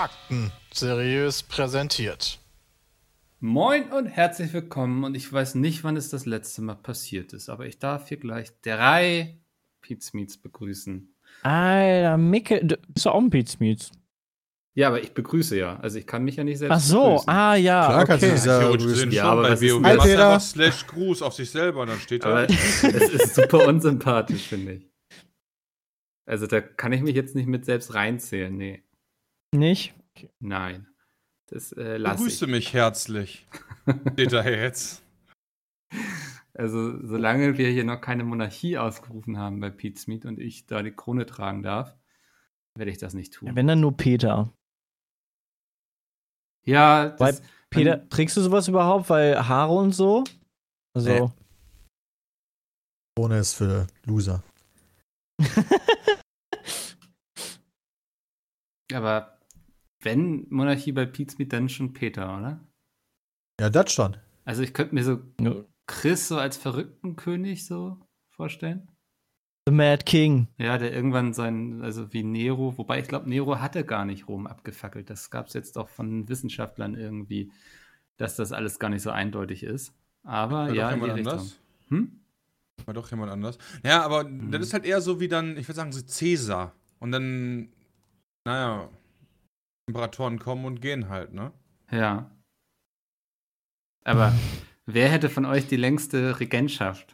Fakten seriös präsentiert. Moin und herzlich willkommen. Und ich weiß nicht, wann es das letzte Mal passiert ist, aber ich darf hier gleich 3 Pizmeets begrüßen. Alter, Micke, du bist doch auch ein Pizmeets. Ja, aber ich begrüße ja. Also ich kann mich ja nicht selbst Ach so, begrüßen. ja, Klar kannst du okay. dich selber Theoretisch begrüßen. sind Ja, schon aber bei was ist WoW. denn Machst das? einfach /Gruß auf sich selber und dann steht da. Aber es ist super unsympathisch, finde ich. Also da kann ich mich jetzt nicht mit selbst reinzählen. Nee, Nicht? nein. Das lasse ich. Begrüße mich herzlich. Steht da jetzt. Also solange wir hier noch keine Monarchie ausgerufen haben bei Pizmeet und ich da die Krone tragen darf, werde ich das nicht tun. Ja, wenn dann nur Peter. Ja, Weil, Peter, trägst du sowas überhaupt? Weil Haare und so? Also. Ohne ist für Loser. aber wenn Monarchie bei Pizmeet, dann schon Peter, oder? Ja, das schon. Also ich könnte mir so Ja. Chris so als verrückten König so vorstellen. The Mad King. Ja, der irgendwann also wie Nero, wobei ich glaube, Nero hatte gar nicht Rom abgefackelt. Das gab es jetzt auch von Wissenschaftlern irgendwie, dass das alles gar nicht so eindeutig ist. Aber War ja, doch in die jemand Richtung. anders? Hm? War doch jemand anders. Ja, aber das ist halt eher so wie dann, ich würde sagen, so Cäsar. Und dann, naja, Imperatoren kommen und gehen halt, ne? Ja. Aber wer hätte von euch die längste Regentschaft?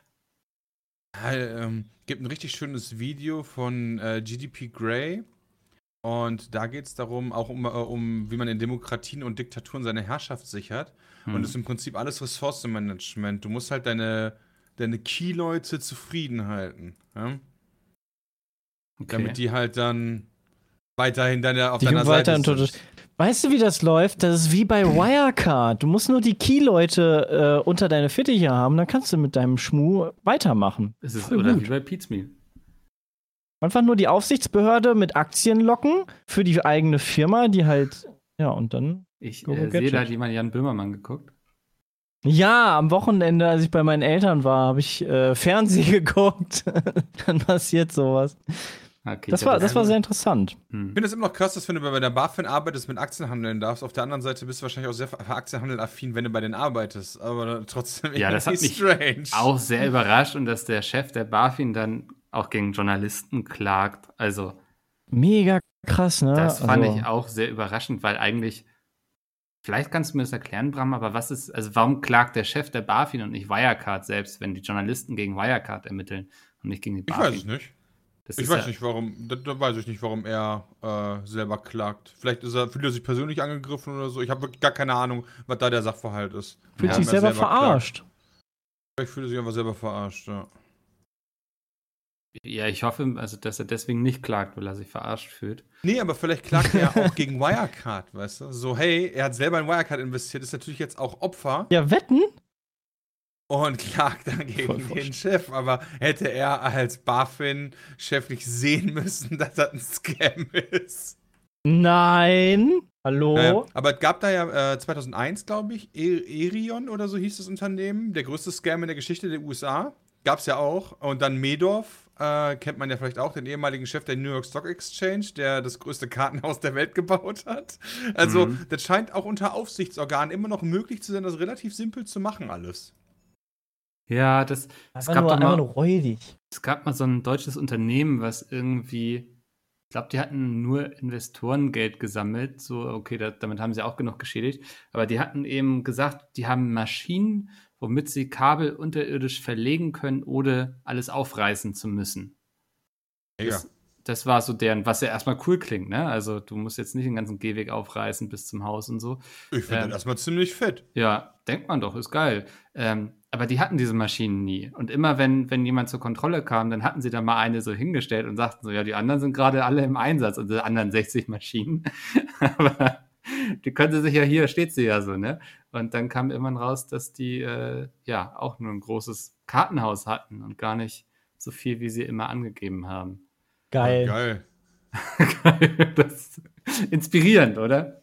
Gibt ein richtig schönes Video von GDP Grey. Und da geht es darum, auch um, wie man in Demokratien und Diktaturen seine Herrschaft sichert. Und das ist im Prinzip alles Ressourcenmanagement. Du musst halt deine Key-Leute zufrieden halten. Ja? Okay. Damit die halt dann weiterhin auf Die deiner Seite weiterhin sind. Weißt du, wie das läuft? Das ist wie bei Wirecard. Du musst nur die Key-Leute unter deine Fittiche haben, dann kannst du mit deinem Schmuh weitermachen. Es ist Voll oder gut. wie bei Pizmeet. Einfach nur die Aufsichtsbehörde mit Aktien locken für die eigene Firma, die halt, ja, und dann. Ich Go, go, sehe get da it. jemand Jan Böhmermann geguckt. Ja, am Wochenende, als ich bei meinen Eltern war, habe ich Fernsehen geguckt. Dann passiert sowas. Okay, Das war sehr interessant. Ich finde es immer noch krass, dass wenn du bei der BaFin arbeitest, mit Aktien handeln darfst. Auf der anderen Seite bist du wahrscheinlich auch sehr für Aktienhandel affin, wenn du bei denen arbeitest. Aber trotzdem Ja, das hat mich strange. auch sehr überrascht und dass der Chef der BaFin dann auch gegen Journalisten klagt. Also Mega krass, ne? das fand Also, ich auch sehr überraschend, weil eigentlich, vielleicht kannst du mir das erklären, Bram, aber warum klagt der Chef der BaFin und nicht Wirecard selbst, wenn die Journalisten gegen Wirecard ermitteln und nicht gegen die Ich BaFin? weiß es nicht. Das Ich ist weiß ja, nicht, warum. Da weiß ich nicht, warum er selber klagt. Vielleicht fühlt er sich persönlich angegriffen oder so. Ich habe wirklich gar keine Ahnung, was da der Sachverhalt ist. fühlt Ja, sich Warum er selber klagt. verarscht. Vielleicht fühlt er sich einfach selber verarscht, ja. ja, ich hoffe, also, dass er deswegen nicht klagt, weil er sich verarscht fühlt. Nee, aber vielleicht klagt er auch gegen Wirecard, weißt du? So, hey, er hat selber in Wirecard investiert, ist natürlich jetzt auch Opfer Ja, wetten? und klagt dann Voll gegen den wurscht. Chef. Aber hätte er als BaFin-Chef nicht sehen müssen, dass das ein Scam ist? Nein. Hallo? Aber es gab da ja 2001, glaube ich, Erion oder so hieß das Unternehmen, der größte Scam in der Geschichte der USA. Gab's ja auch. Und dann Madoff, kennt man ja vielleicht auch, den ehemaligen Chef der New York Stock Exchange, der das größte Kartenhaus der Welt gebaut hat. Also, das scheint auch unter Aufsichtsorganen immer noch möglich zu sein, das relativ simpel zu machen, alles. Ja, es Einfach gab nur, doch einfach mal, nur räudig. es gab mal so ein deutsches Unternehmen, was irgendwie, ich glaube, die hatten nur Investorengeld gesammelt. So, okay, damit haben sie auch genug geschädigt. Aber die hatten eben gesagt, die haben Maschinen, womit sie Kabel unterirdisch verlegen können, ohne alles aufreißen zu müssen. Ja. Das war so deren, was ja erstmal cool klingt, ne? Also du musst jetzt nicht den ganzen Gehweg aufreißen bis zum Haus und so. Ich finde das erstmal ziemlich fit. Ja, denkt man doch, ist geil. Aber die hatten diese Maschinen nie. Und immer, wenn jemand zur Kontrolle kam, dann hatten sie da mal eine so hingestellt und sagten so, ja, die anderen sind gerade alle im Einsatz, unsere anderen 60 Maschinen. Aber die können sie sich ja, hier steht sie ja so, ne? Und dann kam irgendwann raus, dass die ja auch nur ein großes Kartenhaus hatten und gar nicht so viel, wie sie immer angegeben haben. Geil. Geil. Das ist inspirierend, oder?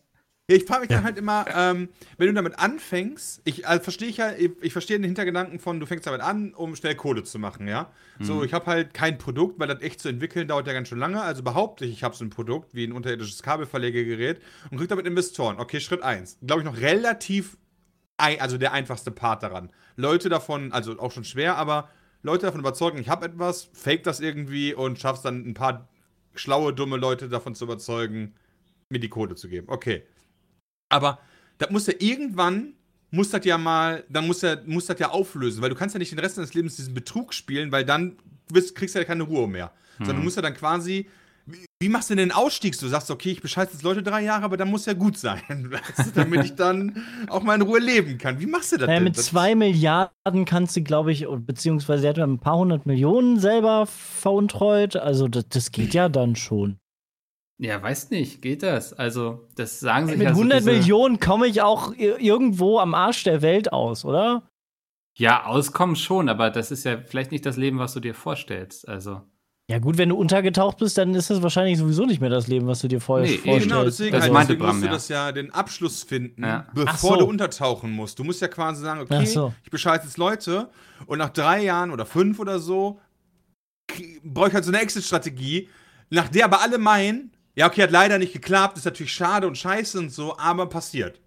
Ja, ich frage mich dann halt immer, wenn du damit anfängst, ich verstehe den Hintergedanken von, du fängst damit an, um schnell Kohle zu machen, ja. So, ich habe halt kein Produkt, weil das echt zu entwickeln dauert ja ganz schön lange, also behaupte ich habe so ein Produkt wie ein unterirdisches Kabelverlegegerät und krieg damit Investoren. Okay, Schritt 1. Glaube ich noch relativ, also der einfachste Part daran. Leute davon, also auch schon schwer, aber Leute davon überzeugen, ich habe etwas, fake das irgendwie und schaffst dann ein paar schlaue, dumme Leute davon zu überzeugen, mir die Kohle zu geben. Okay. Aber das muss ja irgendwann, muss das ja auflösen, weil du kannst ja nicht den Rest deines Lebens diesen Betrug spielen, weil dann kriegst du ja keine Ruhe mehr. Sondern du musst ja dann quasi, wie machst du denn den Ausstieg? Du sagst, okay, ich bescheiße jetzt Leute 3 Jahre, aber dann muss ja gut sein, damit ich dann auch mal in Ruhe leben kann. Wie machst du das denn? Mit 2 Milliarden kannst du, glaube ich, beziehungsweise er hat ein paar 100 Millionen selber veruntreut, also das geht ja dann schon. Ja, weiß nicht, geht das? Also, das sagen sich Mit ja so 100 Millionen komme ich auch irgendwo am Arsch der Welt aus, oder? Ja, auskommen schon, aber das ist ja vielleicht nicht das Leben, was du dir vorstellst. Also. Ja gut, wenn du untergetaucht bist, dann ist das wahrscheinlich sowieso nicht mehr das Leben, was du dir vorstellst. Genau, deswegen, das musst Bram, du das ja den Abschluss finden, Ja. bevor du untertauchen musst. Du musst ja quasi sagen, okay, ich bescheiße jetzt Leute und nach 3 Jahren oder 5 oder so brauche ich halt so eine Exit-Strategie, nach der aber alle meinen, ja, okay, hat leider nicht geklappt, ist natürlich schade und scheiße und so, aber passiert.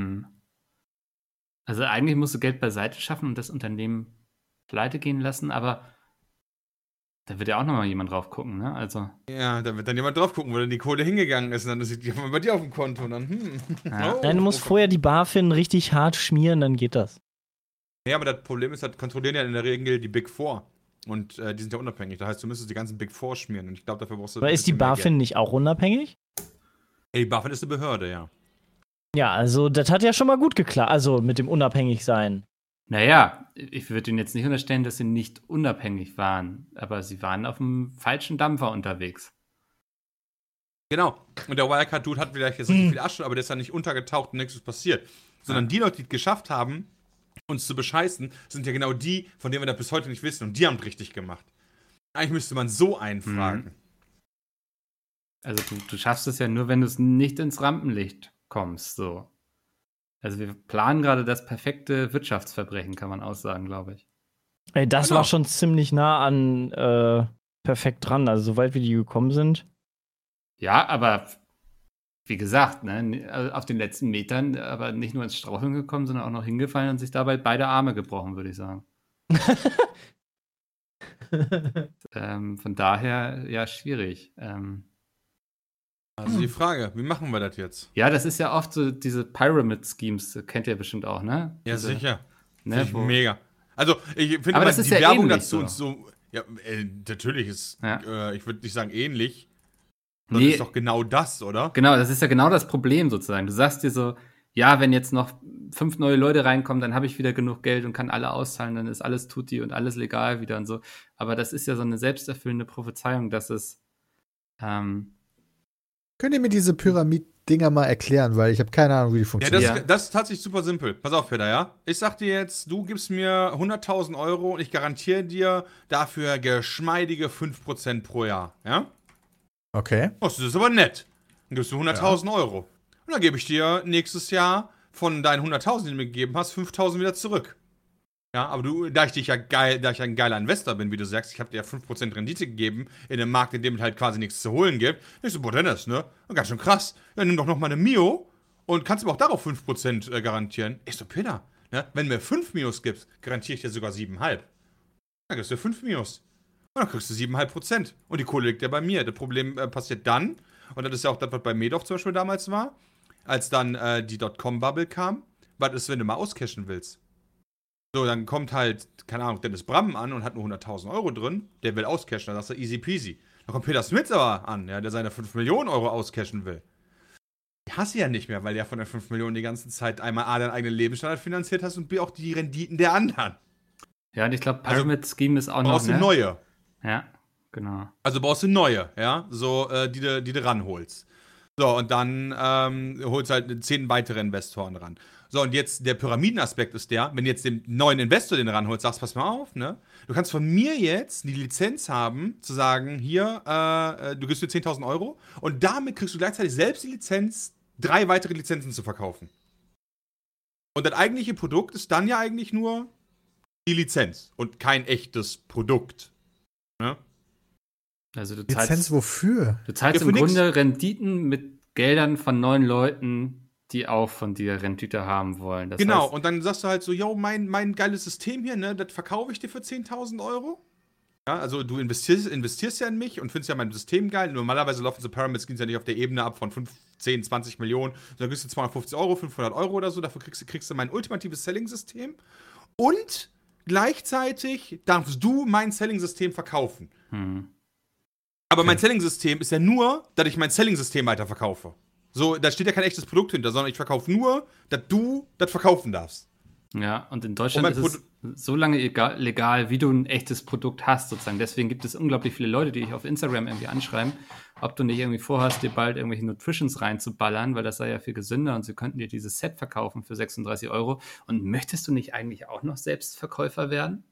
Also eigentlich musst du Geld beiseite schaffen und das Unternehmen pleite gehen lassen, aber da wird ja auch nochmal jemand drauf gucken, ne? Also. Ja, da wird dann jemand drauf gucken, wo dann die Kohle hingegangen ist und dann sieht jemand bei dir auf dem Konto und dann, Ja. Nein, du musst vorher die BaFin richtig hart schmieren, dann geht das. Ja, aber das Problem ist, das kontrollieren ja in der Regel die Big Four. Und die sind ja unabhängig. Das heißt, du müsstest die ganzen Big Four schmieren. Und ich glaube, dafür brauchst du. Aber ist die BaFin nicht auch unabhängig? Die BaFin ist eine Behörde, ja. Ja, also das hat ja schon mal gut geklappt, also mit dem Unabhängigsein. Naja, ich würde Ihnen jetzt nicht unterstellen, dass sie nicht unabhängig waren, aber sie waren auf dem falschen Dampfer unterwegs. Genau. Und der Wirecard-Dude hat vielleicht jetzt nicht viel Asche, aber der ist ja nicht untergetaucht und nichts ist passiert. Sondern die Leute, die es geschafft haben, uns zu bescheißen, sind ja genau die, von denen wir das bis heute nicht wissen. Und die haben es richtig gemacht. Eigentlich müsste man so einfragen. Also du schaffst es ja nur, wenn du es nicht ins Rampenlicht kommst, so. Also wir planen gerade das perfekte Wirtschaftsverbrechen, kann man aussagen, glaube ich. Ey, das war schon ziemlich nah an perfekt dran, also soweit wir die gekommen sind. Ja, aber wie gesagt, ne, auf den letzten Metern aber nicht nur ins Straucheln gekommen, sondern auch noch hingefallen und sich dabei beide Arme gebrochen, würde ich sagen. Von daher, ja, schwierig. Also die Frage, wie machen wir das jetzt? Ja, das ist ja oft so, diese Pyramid-Schemes, kennt ihr bestimmt auch, ne? Ja, diese, sicher. Ne, mega. Also, ich finde aber immer das ist die ja Werbung ähnlich dazu so. und so. Ja, natürlich ist, Ja. ich würde nicht sagen ähnlich. Das Nee. ist doch genau das, oder? Genau, das ist ja genau das Problem sozusagen. Du sagst dir so, ja, wenn jetzt noch 5 neue Leute reinkommen, dann habe ich wieder genug Geld und kann alle auszahlen, dann ist alles tutti und alles legal wieder und so. Aber das ist ja so eine selbsterfüllende Prophezeiung, dass es Könnt ihr mir diese Pyramid-Dinger mal erklären, weil ich habe keine Ahnung, wie die Ja, funktionieren. das ist tatsächlich super simpel. Pass auf, Peter, ja? Ich sag dir jetzt, du gibst mir 100.000 Euro und ich garantiere dir dafür geschmeidige 5% pro Jahr, ja? Okay. Oh, das ist aber nett. Dann gibst du 100.000 Euro. Und dann gebe ich dir nächstes Jahr von deinen 100.000, die du mir gegeben hast, 5.000 wieder zurück. Ja, aber da ich ein geiler Investor bin, wie du sagst, ich habe dir ja 5% Rendite gegeben in einem Markt, in dem es halt quasi nichts zu holen gibt. Ich so, boah, Dennis, ne? Ganz schön krass. Ja, nimm doch noch mal eine Mio und kannst mir auch darauf 5% garantieren. Ich so, Peter, ne? Wenn du mir 5 Mios gibst, garantiere ich dir sogar 7,5. Dann gibst du 5 Mios. Und dann kriegst du 7,5%. Und die Kohle liegt ja bei mir. Das Problem passiert dann, und das ist ja auch das, was bei Madoff zum Beispiel damals war, als dann die Dotcom-Bubble kam, was ist, wenn du mal auscashen willst? So, dann kommt halt, keine Ahnung, Dennis Bram an und hat nur 100.000 Euro drin, der will auscashen, dann sagst du easy peasy. Dann kommt Peter Smith aber an, ja, der seine 5 Millionen Euro auscashen will. Die hast du ja nicht mehr, weil der von den 5 Millionen die ganze Zeit einmal A, deinen eigenen Lebensstandard finanziert hast und B, auch die Renditen der anderen. Ja, und ich glaube, Pyramid Scheme ist auch noch, Brauchst du neue. Ja, genau. Also brauchst du neue, ja, so, die du ranholst. So, und dann holst du halt 10 weitere Investoren ran. So, und jetzt der Pyramidenaspekt ist der, wenn du jetzt den neuen Investor den ranholst, sagst, pass mal auf, ne? Du kannst von mir jetzt die Lizenz haben, zu sagen, hier, du gibst mir 10.000 Euro und damit kriegst du gleichzeitig selbst die Lizenz, 3 weitere Lizenzen zu verkaufen. Und das eigentliche Produkt ist dann ja eigentlich nur die Lizenz und kein echtes Produkt. Ne? Also du Lizenz zahlst, wofür? du zahlst Ja, für im nix. Grunde Renditen mit Geldern von 9 Leuten, die auch von dir Rendite haben wollen. Das Genau, heißt, und dann sagst du halt so, yo, mein geiles System hier, ne, das verkaufe ich dir für 10.000 Euro. Ja, also du investierst ja in mich und findest ja mein System geil. Normalerweise laufen so Pyramid Schemes ja nicht auf der Ebene ab von 5, 10, 20 Millionen. Dann kriegst du 250 Euro, 500 Euro oder so. Dafür kriegst du mein ultimatives Selling-System. Und gleichzeitig darfst du mein Selling-System verkaufen. Aber mein Selling-System ist ja nur, dass ich mein Selling-System weiterverkaufe. So, da steht ja kein echtes Produkt hinter, sondern ich verkaufe nur, dass du das verkaufen darfst. ja, und in Deutschland Und mein ist es so lange legal, wie du ein echtes Produkt hast, sozusagen. Deswegen gibt es unglaublich viele Leute, die dich auf Instagram irgendwie anschreiben, ob du nicht irgendwie vorhast, dir bald irgendwelche Nutritions reinzuballern, weil das sei ja viel gesünder und sie könnten dir dieses Set verkaufen für 36 Euro. Und möchtest du nicht eigentlich auch noch selbst Verkäufer werden?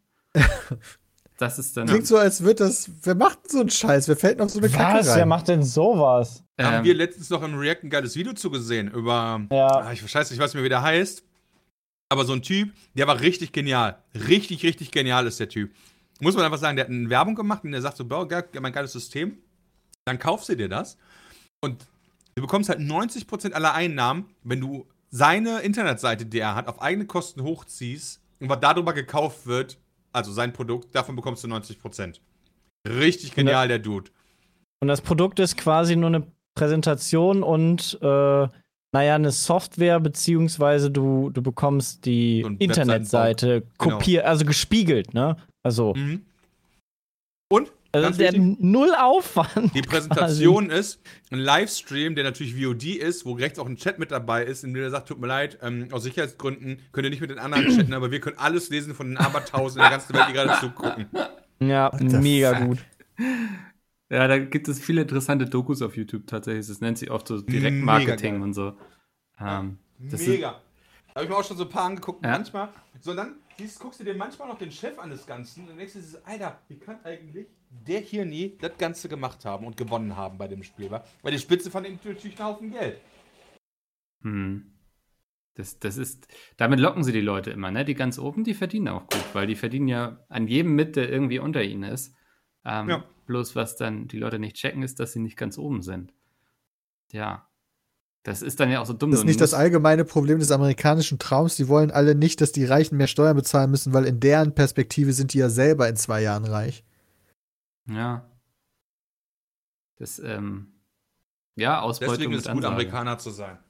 Das ist dann. Klingt so, als wird das. Wer macht denn so einen Scheiß? Wer fällt noch so eine Kacke Was? rein? Wer macht denn sowas? Da haben wir letztens noch im React ein geiles Video zugesehen über, Ja. ich weiß nicht, wie der heißt, aber so ein Typ, der war richtig genial. Richtig, richtig genial ist der Typ. Muss man einfach sagen, der hat eine Werbung gemacht und der sagt so, boah, mein geiles System, dann kaufst du dir das und du bekommst halt 90% aller Einnahmen, wenn du seine Internetseite, die er hat, auf eigene Kosten hochziehst und was darüber gekauft wird, also sein Produkt, davon bekommst du 90%. Richtig genial, der Dude. Und das Produkt ist quasi nur eine Präsentation und eine Software, beziehungsweise du bekommst die So ein Internetseite Webseitenbau. also gespiegelt, ne? Also, Mhm. Und, also ganz der wichtig, null Aufwand. die Präsentation ist ein Livestream, der natürlich VOD ist, wo rechts auch ein Chat mit dabei ist, in dem er sagt, tut mir leid, aus Sicherheitsgründen könnt ihr nicht mit den anderen chatten, aber wir können alles lesen von den Abertausenden in der ganzen Welt, die gerade zugucken. Ja, the mega fuck? gut. Ja, da gibt es viele interessante Dokus auf YouTube tatsächlich. Das nennt sich oft so Mega Direktmarketing geil. und so. Das Mega. Habe ich mir auch schon so ein paar angeguckt. Ja. Manchmal, so dann guckst du dir manchmal noch den Chef an des Ganzen und denkst dir, so, Alter, wie kann eigentlich der hier nie das Ganze gemacht haben und gewonnen haben bei dem Spiel? Weil die Spitze von dem natürlich einen Haufen Geld. Das ist, damit locken sie die Leute immer, ne? Die ganz oben, die verdienen auch gut, weil die verdienen ja an jedem mit, der irgendwie unter ihnen ist. Ja. Bloß was dann die Leute nicht checken, ist, dass sie nicht ganz oben sind. Ja. Das ist dann ja auch so dumm. Das ist nicht das allgemeine Problem des amerikanischen Traums. Die wollen alle nicht, dass die Reichen mehr Steuern bezahlen müssen, weil in deren Perspektive sind die ja selber in 2 Jahren reich. Ja. Das, ja, Ausbeutung Deswegen ist mit es gut, Ansage. Amerikaner zu sein.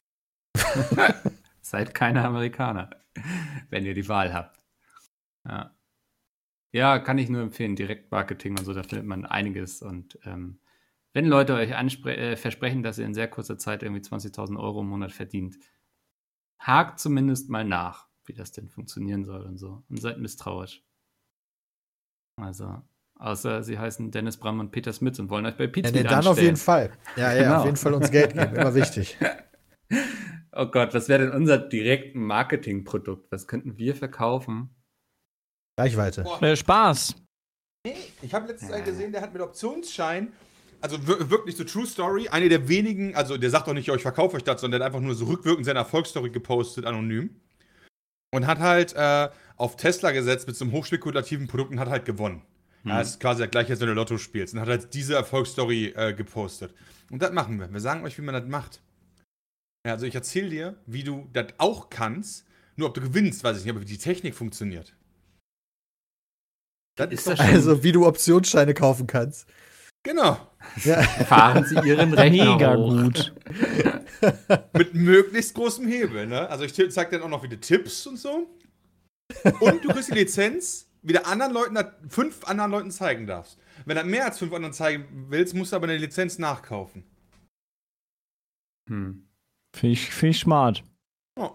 Seid keine Amerikaner, wenn ihr die Wahl habt. Ja. Ja, kann ich nur empfehlen. Direktmarketing und so, da findet man einiges. Und wenn Leute euch versprechen, dass ihr in sehr kurzer Zeit irgendwie 20.000 Euro im Monat verdient, hakt zumindest mal nach, wie das denn funktionieren soll und so. Und seid misstrauisch. Also, außer sie heißen Dennis Bram und Peter Smits und wollen euch bei Ja, Pizza nee, dann auf jeden Fall. Ja, Genau. auf jeden Fall uns Geld geben. Immer wichtig. Oh Gott, was wäre denn unser direkten Marketingprodukt? Was könnten wir verkaufen? Reichweite. Spaß. Ich habe letztens einen gesehen, der hat mit Optionsschein, also wirklich so True Story, eine der wenigen, also der sagt doch nicht, ja, ich verkaufe euch das, sondern der hat einfach nur so rückwirkend seine Erfolgsstory gepostet, anonym. Und hat halt auf Tesla gesetzt mit so einem hochspekulativen Produkt und hat halt gewonnen. Ja, das ist quasi das gleiche, als wenn du Lotto spielst. Und hat halt diese Erfolgsstory gepostet. Und das machen wir. Wir sagen euch, wie man das macht. Ja, also ich erzähle dir, wie du das auch kannst. Nur ob du gewinnst, weiß ich nicht, aber wie die Technik funktioniert. Das Ist doch das Also, wie du Optionsscheine kaufen kannst. genau. Ja. Fahren Sie Ihren Rechner Mega hoch. gut. Mit möglichst großem Hebel, ne? Also ich zeig dir dann auch noch wieder Tipps und so. Und du kriegst die Lizenz, wie du 5 anderen Leuten zeigen darfst. Wenn du mehr als 5 anderen zeigen willst, musst du aber eine Lizenz nachkaufen. Finde ich smart. Oh.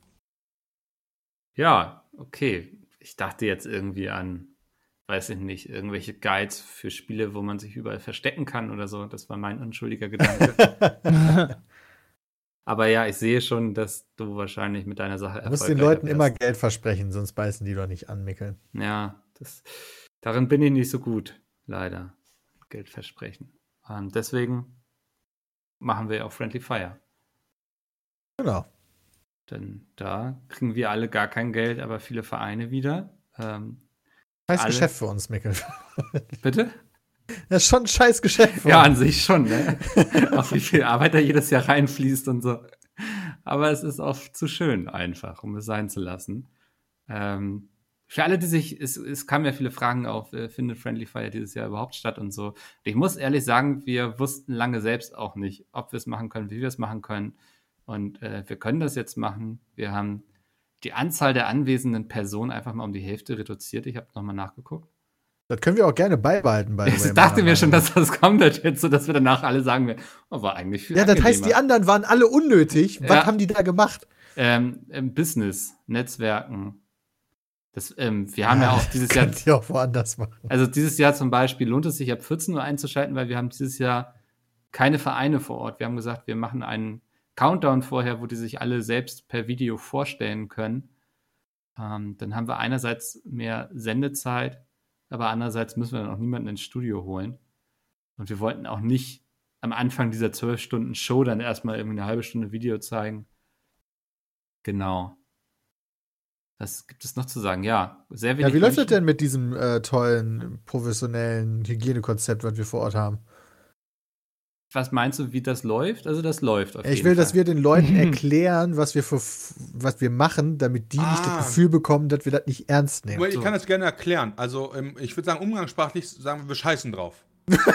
Ja, okay. Ich dachte jetzt irgendwie an, weiß ich nicht, irgendwelche Guides für Spiele, wo man sich überall verstecken kann oder so. Das war mein unschuldiger Gedanke. Aber ja, ich sehe schon, dass du wahrscheinlich mit deiner Sache Du musst den erfolgreicher Leuten immer wirst. Geld versprechen, sonst beißen die doch nicht an, Mickeln. Ja, darin bin ich nicht so gut, leider. Geld versprechen. Deswegen machen wir auch Friendly Fire. Genau. Denn da kriegen wir alle gar kein Geld, aber viele Vereine wieder. Scheiß alle- Geschäft für uns, Mikkel. Bitte? Das ist schon ein scheiß Geschäft für Ja, uns. an sich schon, ne? Auch wie viel Arbeit da jedes Jahr reinfließt und so. Aber es ist oft zu schön einfach, um es sein zu lassen. Für alle, die sich, es kamen ja viele Fragen auf, findet Friendly Fire dieses Jahr überhaupt statt und so. Und ich muss ehrlich sagen, wir wussten lange selbst auch nicht, ob wir es machen können, wie wir es machen können. Und wir können das jetzt machen. Wir haben die Anzahl der anwesenden Personen einfach mal um die Hälfte reduziert. Ich habe nochmal nachgeguckt. Das können wir auch gerne beibehalten. By the way, Ich dachte mir meiner schon, Meinung dass das kommt jetzt, so dass wir danach alle sagen, oh, war eigentlich viel nach. Ja, das heißt, die angenehmer. anderen waren alle unnötig. Was Ja. haben die da gemacht? Business, Netzwerken. Wir haben ja auch dieses Jahr, Könnt ihr auch woanders machen. also dieses Jahr zum Beispiel lohnt es sich ab 14 Uhr einzuschalten, weil wir haben dieses Jahr keine Vereine vor Ort. Wir haben gesagt, wir machen einen Countdown vorher, wo die sich alle selbst per Video vorstellen können. Dann haben wir einerseits mehr Sendezeit, aber andererseits müssen wir dann auch niemanden ins Studio holen. Und wir wollten auch nicht am Anfang dieser 12-Stunden-Show dann erstmal irgendwie eine halbe Stunde Video zeigen. Genau. Was gibt es noch zu sagen? Ja, sehr wenig Ja, wie läuft das Menschen. denn mit diesem tollen, professionellen Hygienekonzept, was wir vor Ort haben? Was meinst du, wie das läuft? Also das läuft auf Ich jeden will, Fall. dass wir den Leuten erklären, was wir machen, damit die nicht das Gefühl bekommen, dass wir das nicht ernst nehmen. Ich kann das gerne erklären. Also, ich würde sagen, umgangssprachlich sagen wir scheißen drauf.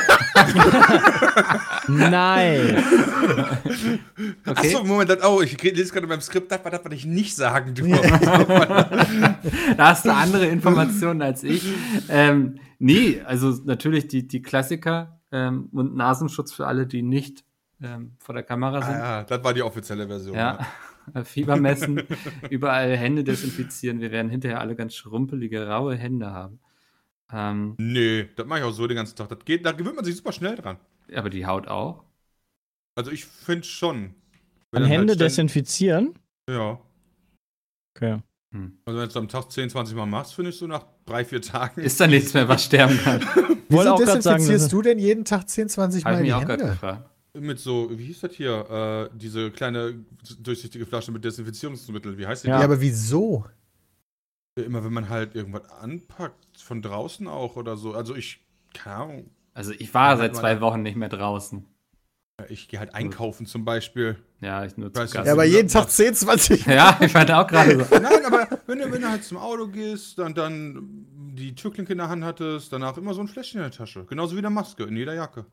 Nein. Okay. Achso, Moment, ich lese gerade beim Skript, das war das, was ich nicht sagen durfte. Da hast du andere Informationen als ich. Nee, also natürlich die Klassiker und Nasenschutz für alle, die nicht vor der Kamera sind. Ja, das war die offizielle Version. Ja, Fieber messen, überall Hände desinfizieren. Wir werden hinterher alle ganz schrumpelige, raue Hände haben. Nee, das mache ich auch so den ganzen Tag. Da gewöhnt man sich super schnell dran. Aber die Haut auch. Also ich finde schon. An Wenn dann Hände halt desinfizieren? Ja. Okay. Also wenn du es am Tag 10, 20 Mal machst, finde ich so nach 3-4 Tagen. Ist da nichts mehr, was sterben kann? Wollte Wieso auch grad sagen, desinfizierst du denn jeden Tag 10, 20 Habe Mal ich die mich auch gerade Hände? gefragt. Mit so, wie hieß das hier? Diese kleine durchsichtige Flasche mit Desinfizierungsmittel. Wie heißt die? Ja. Ja, aber wieso? Immer wenn man halt irgendwas anpackt, von draußen auch oder so. Also keine Ahnung. Also ich war Ja, seit halt 2 Wochen nicht mehr draußen. Ich gehe halt einkaufen zum Beispiel. Ja, ich nur zu Weißt du, Gast. Ja, aber jeden Tag 10, 20 Mal. Ja, ich fand auch gerade so. Nein, aber wenn du halt zum Auto gehst, dann die Türklinke in der Hand hattest, danach immer so ein Fläschchen in der Tasche. Genauso wie eine Maske in jeder Jacke.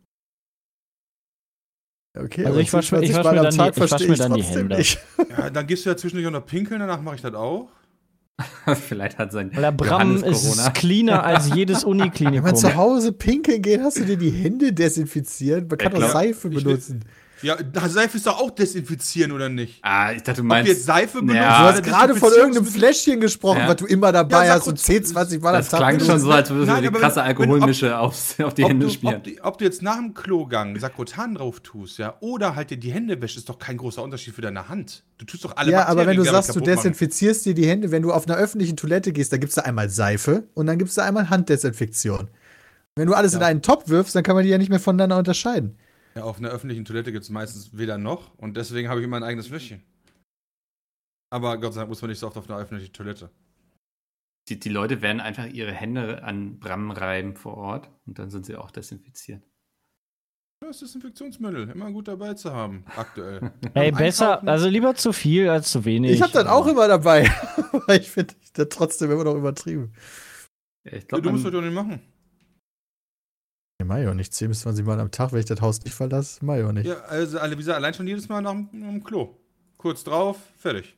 Okay, Also aber ich wasch mir 20 dann Mal am die- Tag ich wasch verstehe mir ich dann die trotzdem Hände. nicht. Ja, dann gehst du ja zwischendurch auch noch pinkeln, danach mache ich das auch. Vielleicht hat sein Weil der Bram Johannes ist Corona. cleaner als jedes Wenn man Uniklinikum. zu Hause pinkeln geht, hast du dir die Hände desinfiziert? Man kann Ja, doch klar. Seife benutzen. Ja, Seife ist doch auch desinfizieren, oder nicht? Ah, ich dachte, du Ob du jetzt meinst, Seife benutzt? Ja. Du oder hast gerade von irgendeinem Desinfektionsmittel? Fläschchen gesprochen, Ja. was du immer dabei Ja, hast und 10, 20 Mal am das Tag klang benutzt. schon so, als würdest du Nein, die aber krasse wenn- Alkoholmische auf die Hände ob schmieren. ob du jetzt nach dem Klogang Sakrotan drauf tust, ja, oder halt dir die Hände wäschst, ist doch kein großer Unterschied für deine Hand. Du tust doch alle Ja, aber wenn du Bakterien sagst, du kaputt machen. desinfizierst dir die Hände, wenn du auf einer öffentlichen Toilette gehst, da gibt's da einmal Seife und dann gibt's da einmal Handdesinfektion. Wenn du alles in einen Topf wirfst, dann kann man die ja nicht mehr voneinander unterscheiden. Ja, auf einer öffentlichen Toilette gibt es meistens weder noch und deswegen habe ich immer ein eigenes Fläschchen. Aber Gott sei Dank muss man nicht so oft auf einer öffentlichen Toilette. Die Leute werden einfach ihre Hände an Bram reiben vor Ort und dann sind sie auch desinfiziert. Das ist Desinfektionsmittel, immer gut dabei zu haben, aktuell. Ey, Beim besser, Einkaufen- also lieber zu viel als zu wenig. Ich habe das auch immer dabei, aber ich finde das trotzdem immer noch übertrieben. Ja, ich Ja, glaube, du musst das doch nicht machen. Ich mach ja auch nicht 10 bis 20 Mal am Tag, wenn ich das Haus nicht verlasse, mach ich auch nicht. Ja, also wie gesagt, allein schon jedes Mal nach dem Klo. Kurz drauf, fertig.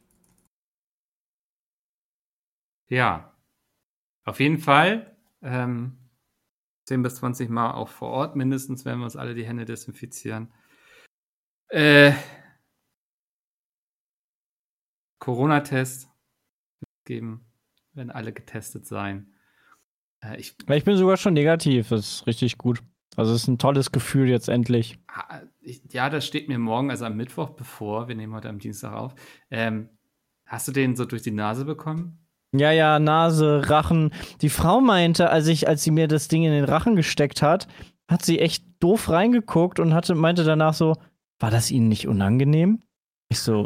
ja. Auf jeden Fall 10 bis 20 Mal auch vor Ort mindestens, werden wir uns alle die Hände desinfizieren. Corona-Test geben, werden alle getestet sein. Ich Ich bin sogar schon negativ, das ist richtig gut. Also es ist ein tolles Gefühl jetzt endlich. Ja, das steht mir morgen, also am Mittwoch bevor. Wir nehmen heute am Dienstag auf. Hast du den so durch die Nase bekommen? Ja, Nase, Rachen. Die Frau meinte, als sie mir das Ding in den Rachen gesteckt hat, hat sie echt doof reingeguckt und meinte danach so, war das Ihnen nicht unangenehm? Ich so,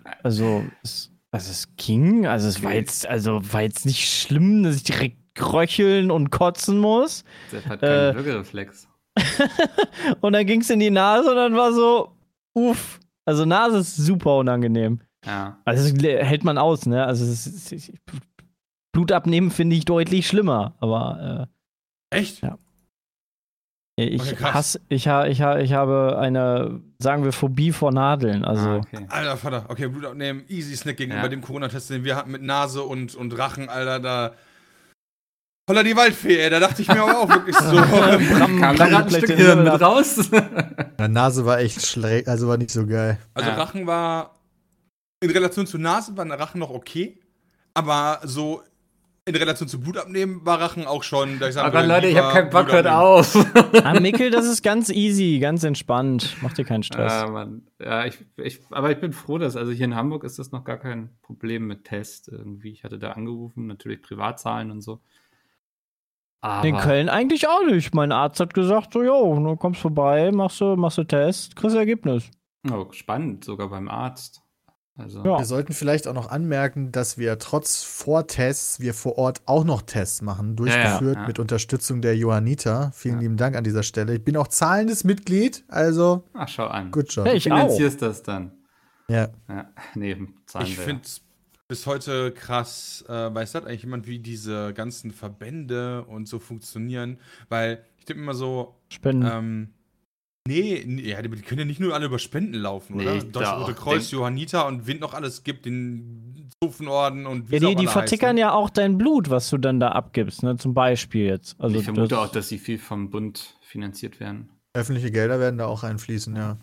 es ging, also es war jetzt nicht schlimm, dass ich direkt röcheln und kotzen muss. Sepp hat keinen Würgereflex. Und dann ging es in die Nase und dann war so, uff. Also Nase ist super unangenehm. Ja. Also das hält man aus, ne? Also Blut abnehmen finde ich deutlich schlimmer, aber Echt? Ja. Ich Okay, krass. habe eine, sagen wir, Phobie vor Nadeln. Also Okay. Alter Vater, okay, Blut abnehmen, easy Snack gegenüber Ja. dem Corona-Test, den wir hatten mit Nase und Rachen, Alter, da. Holla die Waldfee, ey, da dachte ich mir aber auch wirklich so. Kam da gerade ein Stück Hirn mit raus? Die Nase war echt schlecht, also war nicht so geil. Also Ja. Rachen war, in Relation zu Nase war der Rachen noch okay, aber so in Relation zu Blut abnehmen war Rachen auch schon, da ich sagen Aber würde, Leute, ich lieber habe keinen Bock, Blut hört abnehmen. auf. Mickel, das ist ganz easy, ganz entspannt. Mach dir keinen Stress. Mann. Ja, aber ich bin froh, dass, also hier in Hamburg ist das noch gar kein Problem mit Test irgendwie. Ich hatte da angerufen, natürlich Privatzahlen und so. Aber In Köln eigentlich auch nicht. Mein Arzt hat gesagt, so, jo, du kommst vorbei, machst du Test, kriegst Ergebnis. Oh, spannend, sogar beim Arzt. Also, Ja. Wir sollten vielleicht auch noch anmerken, dass wir trotz Vortests wir vor Ort auch noch Tests machen, durchgeführt ja. mit Unterstützung der Johanniter. Vielen Ja. lieben Dank an dieser Stelle. Ich bin auch zahlendes Mitglied, also ach, schau an. good job. Hey, Du ich auch. finanzierst das dann. Ja. Ja, nee, zahlen Ich wir. finde es bis heute krass, weiß das eigentlich jemand, wie diese ganzen Verbände und so funktionieren? Weil ich denke immer so, Spenden. ja, die können ja nicht nur alle über Spenden laufen, Nee, oder? ich Deutsche glaub- Rote Kreuz, denk- Johanniter und wen noch alles gibt, den Zufenorden und wie Ja, sie auch die alle vertickern heißen. ja auch dein Blut, was du dann da abgibst, ne? Zum Beispiel jetzt. Also Ich vermute auch, dass sie viel vom Bund finanziert werden. Öffentliche Gelder werden da auch einfließen, ja.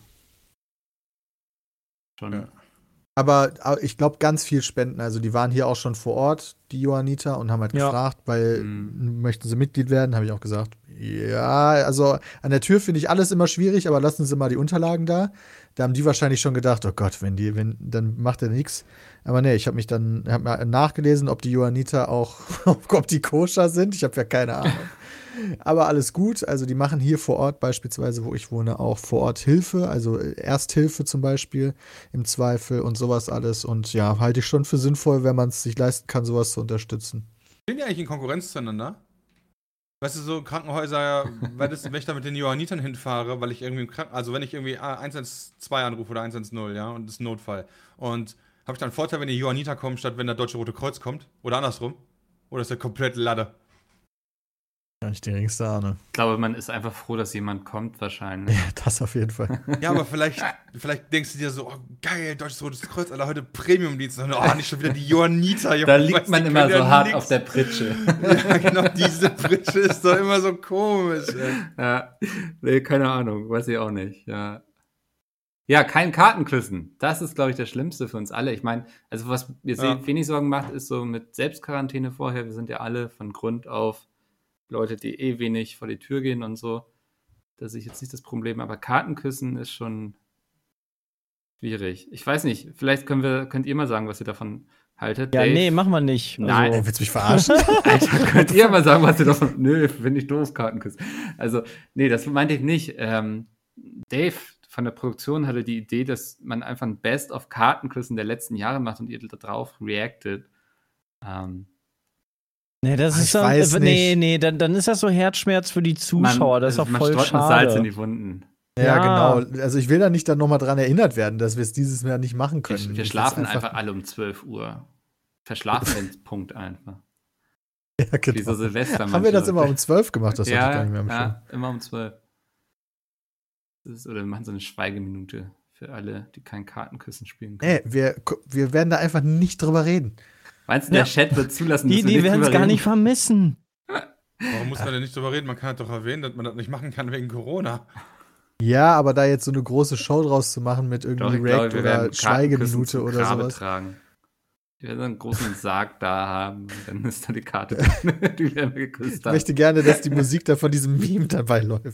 Schon. Ja. Aber ich glaube, ganz viel Spenden. Also die waren hier auch schon vor Ort, die Johanniter, und haben halt Ja. gefragt, weil möchten sie Mitglied werden? Habe ich auch gesagt, ja, also an der Tür finde ich alles immer schwierig, aber lassen Sie mal die Unterlagen da. Da haben die wahrscheinlich schon gedacht, oh Gott, dann macht er nichts. Aber nee, ich habe mal nachgelesen, ob die Johanniter auch, ob die koscher sind. Ich habe ja keine Ahnung. Aber alles gut. Also die machen hier vor Ort beispielsweise, wo ich wohne, auch vor Ort Hilfe, also Ersthilfe zum Beispiel im Zweifel und sowas alles. Und ja, halte ich schon für sinnvoll, wenn man es sich leisten kann, sowas zu unterstützen. Stehen die eigentlich in Konkurrenz zueinander? Weißt du, so Krankenhäuser, wenn ich da mit den Johannitern hinfahre, weil ich irgendwie also wenn ich irgendwie 112 anrufe oder 110, ja, und das ist ein Notfall. Und habe ich dann einen Vorteil, wenn die Johanniter kommen, statt wenn der Deutsche Rote Kreuz kommt? Oder andersrum? Oder ist der komplett Lade? Gar nicht die geringste Ahnung. Ich glaube, man ist einfach froh, dass jemand kommt, wahrscheinlich. Ja, das auf jeden Fall. Ja, aber vielleicht denkst du dir so, oh geil, Deutsches Rotes Kreuz, Alter, heute Premium-Dienst. Und, oh, nicht schon wieder die Johanniter. Da liegt man immer so hart auf der Pritsche. Ja, genau, diese Pritsche ist doch immer so komisch, ey. Ja, nee, keine Ahnung, weiß ich auch nicht. Ja, ja, kein Kartenküssen. Das ist, glaube ich, das Schlimmste für uns alle. Ich meine, also was mir wenig Sorgen macht, ist so mit Selbstquarantäne vorher. Wir sind ja alle von Grund auf Leute, die wenig vor die Tür gehen und so. Das ist jetzt nicht das Problem, aber Kartenküssen ist schon schwierig. Ich weiß nicht, vielleicht könnt ihr mal sagen, was ihr davon haltet. Ja, Dave? nee, mach mal nicht. Nein. Also, Willst du mich verarschen? Alter, könnt ihr mal sagen, was ihr davon. Nö, finde ich doof, Kartenküssen. Also, nee, das meinte ich nicht. Dave von der Produktion hatte die Idee, dass man einfach ein Best of Kartenküssen der letzten Jahre macht und ihr darauf reactet. nee, das Ich ist so, weiß nicht. dann ist das so Herzschmerz für die Zuschauer. Das ist auch man voll streut mit Salz in schade. die Wunden. Ja, Ja. genau. Also ich will da nicht dann nochmal dran erinnert werden, dass wir es dieses Jahr nicht machen können. Wir Ich will's schlafen einfach alle um 12 Uhr. Verschlafen-Punkt einfach. Ja, Wie genau. so Silvester. Haben wir das immer um 12 gemacht? Das hatte ich ja, gar nicht mehr am Schirm. ja, immer um 12. Oder wir machen so eine Schweigeminute für alle, die kein Kartenküssen spielen können. Wir werden da einfach nicht drüber reden. Meinst du, der Chat wird zulassen, Die wir werden es drüber gar reden? nicht vermissen. Warum muss man denn nicht drüber reden? Man kann halt doch erwähnen, dass man das nicht machen kann wegen Corona. Ja, aber da jetzt so eine große Show draus zu machen mit Doch, irgendwie ich glaube, React wir oder werden Kartenküssen Schweigeminute zum oder Grabe sowas. tragen. Wir werden einen großen Sarg da haben und dann ist da die Karte, die wir geküsst Ich haben. möchte gerne, dass die Musik da von diesem Meme dabei läuft.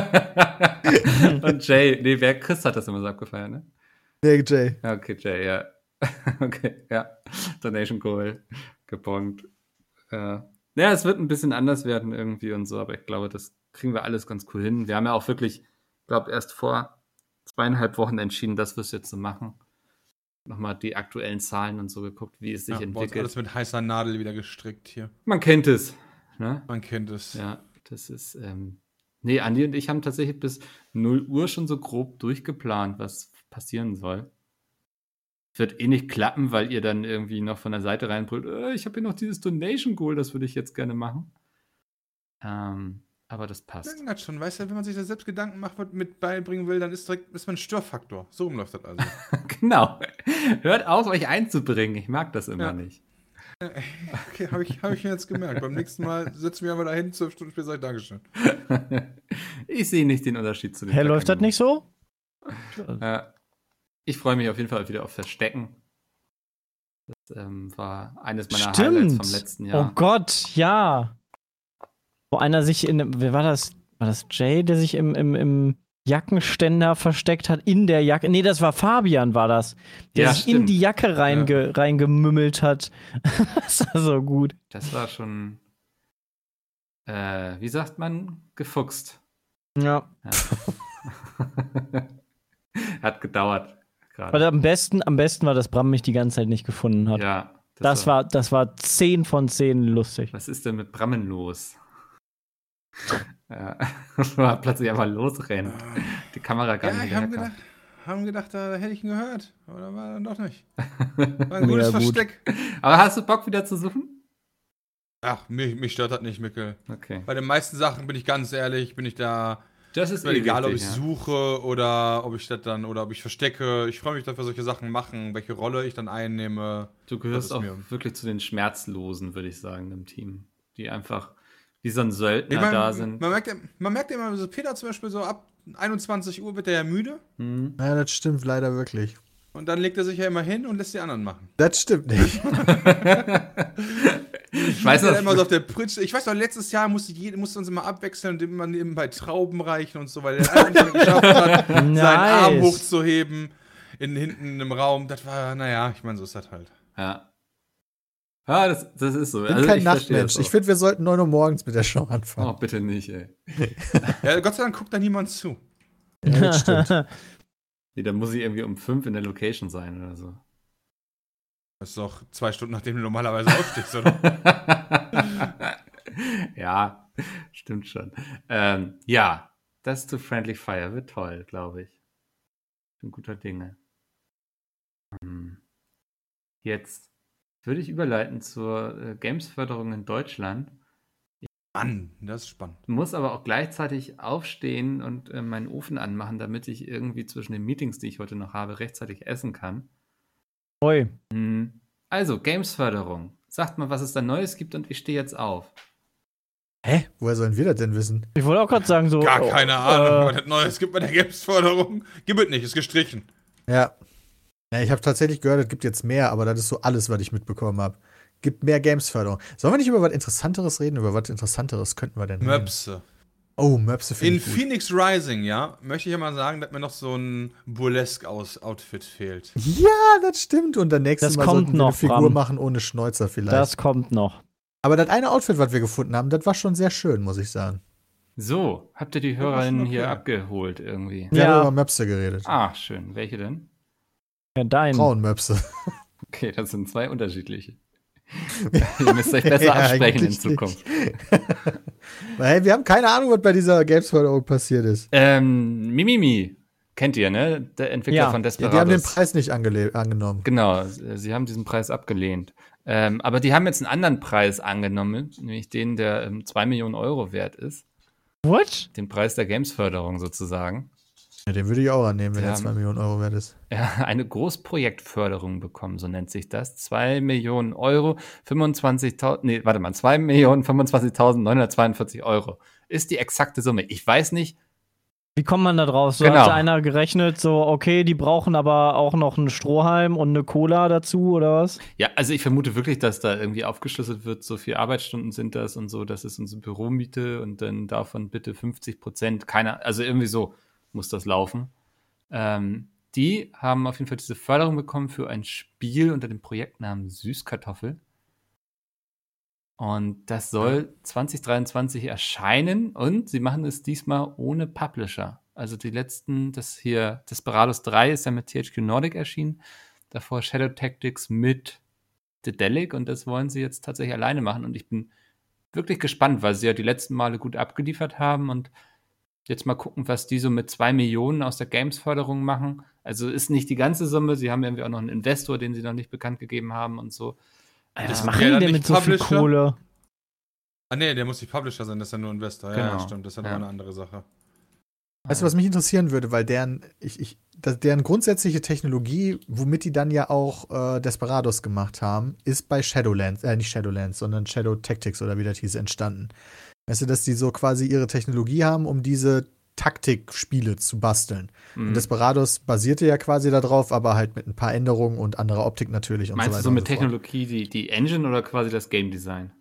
Und Jay, nee, Chris hat das immer so abgefeiert, ne? Nee, Jay. Ja, okay, Jay, ja. Okay, ja. Donation Goal gepонgt. Ja, es wird ein bisschen anders werden irgendwie und so, aber ich glaube, das kriegen wir alles ganz cool hin. Wir haben ja auch wirklich, ich glaube, erst vor 2,5 Wochen entschieden, dass wir es jetzt so machen. nochmal die aktuellen Zahlen und so geguckt, wie es sich Bei uns entwickelt. alles mit heißer Nadel wieder gestrickt hier. Man kennt es. Ne? Man kennt es. Ja, das ist. Nee, Andi und ich haben tatsächlich bis 0 Uhr schon so grob durchgeplant, was passieren soll. Wird eh nicht klappen, weil ihr dann irgendwie noch von der Seite reinbrüllt, ich habe hier noch dieses Donation Goal, das würde ich jetzt gerne machen. Aber das passt. Ja, das schon, weißt du, wenn man sich da selbst Gedanken macht, was mit beibringen will, dann ist man ein Störfaktor. So rum läuft das also. Genau. Hört auf, euch einzubringen. Ich mag das immer Ja. nicht. Okay, hab ich mir jetzt gemerkt. Beim nächsten Mal setzen wir einfach dahin, 12 Stunden später sage ich Dankeschön. Ich sehe nicht den Unterschied zu dem. Hä, läuft das nicht so? Ich freue mich auf jeden Fall wieder auf Verstecken. Das war eines meiner Highlights Stimmt. vom letzten Jahr. Oh Gott, ja. Wo einer sich wer war das? War das Jay, der sich im Jackenständer versteckt hat, in der Jacke? Nee, das war Fabian, war das. Der Ja, sich in stimmt. die Jacke reingemümmelt hat. Das war so gut. Das war schon, wie sagt man, gefuchst. Ja. Hat gedauert. Gerade. Aber am besten war, dass Bram mich die ganze Zeit nicht gefunden hat. Ja. Das war 10 von 10 lustig. Was ist denn mit Brammen los? Ja. War plötzlich einfach losrennen. Die Kamera gar Ja, nicht ich hinterher haben gedacht, da hätte ich ihn gehört. Aber war dann doch nicht. kam. War ein gutes Ja, gut. Versteck. Aber hast du Bock wieder zu suchen? Ach, mich stört das nicht, Mickel. Okay. Bei den meisten Sachen bin ich ganz ehrlich, bin ich da. Das ist Mir egal, ob ich ja. suche oder ob ich das dann oder ob ich verstecke. Ich freue mich, dass wir solche Sachen machen, welche Rolle ich dann einnehme. Du gehörst Das auch ist mir- wirklich zu den Schmerzlosen, würde ich sagen, im Team. Die einfach wie so ein Söldner da sind. Man merkt immer, so Peter zum Beispiel, so ab 21 Uhr wird er ja müde. Hm. Ja, das stimmt leider wirklich. Und dann legt er sich ja immer hin und lässt die anderen machen. Das stimmt nicht. Ich weiß Der noch, immer so auf der Pritsche. Ich weiß noch, letztes Jahr musste uns immer abwechseln und immer nebenbei Trauben reichen und so, weil der einfach nicht geschafft hat, seinen Arm Nice. hochzuheben hinten im Raum. Das war, naja, ich meine, so ist das halt. ja. Ja, das ist so. Ich bin Also kein ich verstehe Nachtmensch. das Ich auch. finde, wir sollten 9 Uhr morgens mit der Show anfangen. Oh, bitte nicht, ey. Ja, Gott sei Dank guckt da niemand zu. Ja, das stimmt. Nee, dann muss ich irgendwie um 5 in der Location sein oder so. Das ist doch 2 Stunden, nachdem du normalerweise aufstehst, oder? Ja, stimmt schon. Ja, das zu Friendly Fire wird toll, glaube ich. Bin guter Dinge. Jetzt würde ich überleiten zur Games-Förderung in Deutschland. Mann, das ist spannend. Muss aber auch gleichzeitig aufstehen und meinen Ofen anmachen, damit ich irgendwie zwischen den Meetings, die ich heute noch habe, rechtzeitig essen kann. Oi. Also, Games-Förderung. Sagt mal, was es da Neues gibt und ich stehe jetzt auf. Hä? Woher sollen wir das denn wissen? Ich wollte auch gerade sagen, so. Gar keine Ahnung, was das Neues gibt bei der Games-Förderung. Gibt es nicht, ist gestrichen. Ja. Ja, ich habe tatsächlich gehört, es gibt jetzt mehr, aber das ist so alles, was ich mitbekommen habe. Gibt mehr Games-Förderung. Sollen wir nicht über was Interessanteres reden? Über was Interessanteres könnten wir denn reden? Möpse. Oh, Möpse finde In ich gut. Phoenix Rising, ja, möchte ich ja mal sagen, dass mir noch so ein Burlesque-Outfit fehlt. Ja, das stimmt. Und dann nächstes Das Mal kommt sollten wir noch, eine Figur Bram. machen ohne Schnäuzer vielleicht. Das kommt noch. Aber das eine Outfit, was wir gefunden haben, das war schon sehr schön, muss ich sagen. So, habt ihr die war schon Hörerinnen okay. hier abgeholt irgendwie? Wir Ja. haben über Möpse geredet. Ah, schön. Welche denn? Ja, dein. Frauenmöpse. Okay, das sind 2 unterschiedliche. Ihr müsst euch besser Ja, absprechen in eigentlich Zukunft. Weil, hey, wir haben keine Ahnung, was bei dieser Games-Förderung passiert ist. Mimimi. Kennt ihr, ne? Der Entwickler Ja. von Ja, Desperados. die haben den Preis nicht angenommen. Genau, sie haben diesen Preis abgelehnt. Aber die haben jetzt einen anderen Preis angenommen, nämlich den, der 2 Millionen Euro wert ist. What? Den Preis der Gamesförderung sozusagen. Ja, den würde ich auch annehmen, wenn Ja. er 2 Millionen Euro wert ist. Ja, eine Großprojektförderung bekommen, so nennt sich das. 2 Millionen Euro, 2.025.942 Euro ist die exakte Summe. Ich weiß nicht, Wie kommt man da drauf? So Genau. hat einer gerechnet, so, okay, die brauchen aber auch noch einen Strohhalm und eine Cola dazu, oder was? ja, also ich vermute wirklich, dass da irgendwie aufgeschlüsselt wird, so viele Arbeitsstunden sind das und so, das ist unsere Büromiete und dann davon bitte 50%, also irgendwie so muss das laufen. Die haben auf jeden Fall diese Förderung bekommen für ein Spiel unter dem Projektnamen Süßkartoffel. Und das soll 2023 erscheinen und sie machen es diesmal ohne Publisher. Also die letzten, das hier, Desperados 3 ist ja mit THQ Nordic erschienen. davor Shadow Tactics mit Dedelic und das wollen sie jetzt tatsächlich alleine machen und ich bin wirklich gespannt, weil sie ja die letzten Male gut abgeliefert haben und jetzt mal gucken, was die so mit 2 Millionen aus der Games-Förderung machen. Also ist nicht die ganze Summe, sie haben irgendwie auch noch einen Investor, den sie noch nicht bekannt gegeben haben und so. Was Ja, machen dann die denn nicht mit so viel Publisher? Kohle? Ah, nee, der muss nicht Publisher sein, das ist ja nur Investor. Ja, Genau. stimmt, das ist ja Ja. noch eine andere Sache. Weißt du, was mich interessieren würde, weil deren grundsätzliche Technologie, womit die dann ja auch Desperados gemacht haben, ist bei Shadowlands, nicht Shadowlands, sondern Shadow Tactics oder wie das hieß, entstanden. Weißt du, dass die so quasi ihre Technologie haben, um diese Taktikspiele zu basteln. Und Desperados basierte ja quasi darauf, aber halt mit ein paar Änderungen und anderer Optik natürlich und Meinst so weiter. du so mit und so fort. Technologie die Engine oder quasi das Game Design?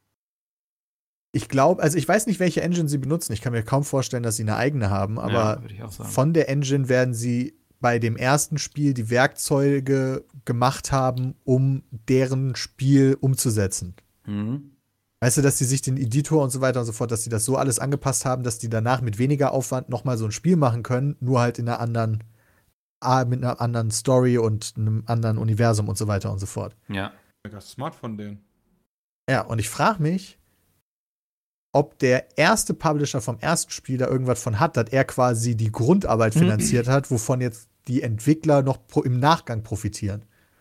Ich glaube, also ich weiß nicht, welche Engine sie benutzen. Ich kann mir kaum vorstellen, dass sie eine eigene haben, aber Ja, würde ich auch sagen. von der Engine werden sie bei dem ersten Spiel die Werkzeuge gemacht haben, um deren Spiel umzusetzen. Mhm. Weißt du, dass die sich den Editor und so weiter und so fort, dass die das so alles angepasst haben, dass die danach mit weniger Aufwand nochmal so ein Spiel machen können, nur halt in einer anderen, mit einer anderen Story und einem anderen Universum und so weiter und so fort. Ja. Mega smart von denen. Ja, und ich frage mich, ob der erste Publisher vom ersten Spiel da irgendwas von hat, dass er quasi die Grundarbeit finanziert hat, wovon jetzt die Entwickler noch im Nachgang profitieren.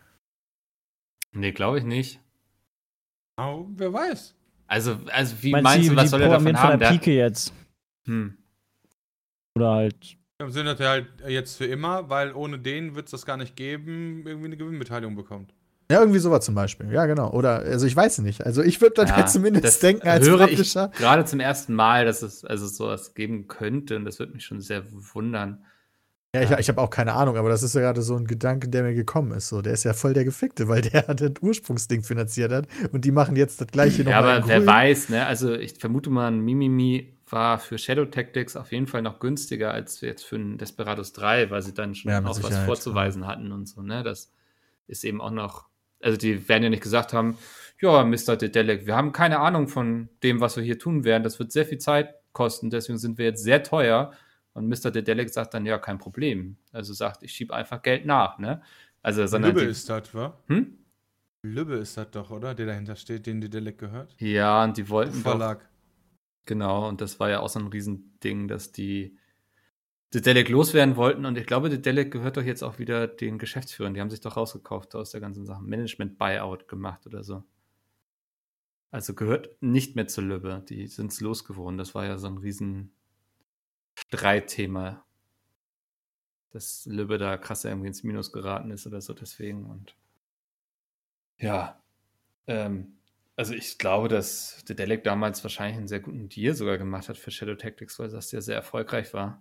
Nee, glaube ich nicht. Oh, wer weiß. Also wie Meinst meinst du, was die soll er davon programmieren von haben? der Der Pike jetzt? hm. Oder halt. Im Sinne, dass er halt jetzt für immer, weil ohne den wird es das gar nicht geben, irgendwie eine Gewinnbeteiligung bekommt. Ja, irgendwie sowas zum Beispiel. Ja, genau. Oder, also ich weiß nicht. Also ich würde dann Ja, halt zumindest das denken als höre ich Publisher. gerade zum ersten Mal, dass es also sowas geben könnte und das würde mich schon sehr wundern. Ja, ich habe auch keine Ahnung, aber das ist ja gerade so ein Gedanke, der mir gekommen ist. So, der ist ja voll der Gefickte, weil der das Ursprungsding finanziert hat und die machen jetzt das gleiche Ja, nochmal. aber wer weiß, ne? Also ich vermute mal, ein Mimimi war für Shadow Tactics auf jeden Fall noch günstiger als jetzt für ein Desperados 3, weil sie dann schon Ja, mit auch was Sicherheit, vorzuweisen hatten und so, ne? Das ist eben auch noch, also die werden ja nicht gesagt haben, ja, Mr. Dedelic, wir haben keine Ahnung von dem, was wir hier tun werden. Das wird sehr viel Zeit kosten, deswegen sind wir jetzt sehr teuer. Und Mr. Dedelic sagt dann, ja, kein Problem. Also sagt, ich schiebe einfach Geld nach, ne? Also, sondern Lübbe ist das, wa? Hm? Lübbe ist das doch, oder? Der dahinter steht, den die Delec gehört. Ja, und die wollten doch, Verlag. genau, und das war ja auch so ein Riesending, dass die Dedelic loswerden wollten. Und ich glaube, Dedelic gehört doch jetzt auch wieder den Geschäftsführern. Die haben sich doch rausgekauft aus der ganzen Sache. Management-Buyout gemacht oder so. Also gehört nicht mehr zu Lübbe. Die sind es losgeworden. Das war ja so ein riesen Streitthema, dass Lübbe da krass irgendwie ins Minus geraten ist oder so, deswegen. Und ja, also ich glaube, dass Dedelic damals wahrscheinlich einen sehr guten Deal sogar gemacht hat für Shadow Tactics, weil das ja sehr erfolgreich war.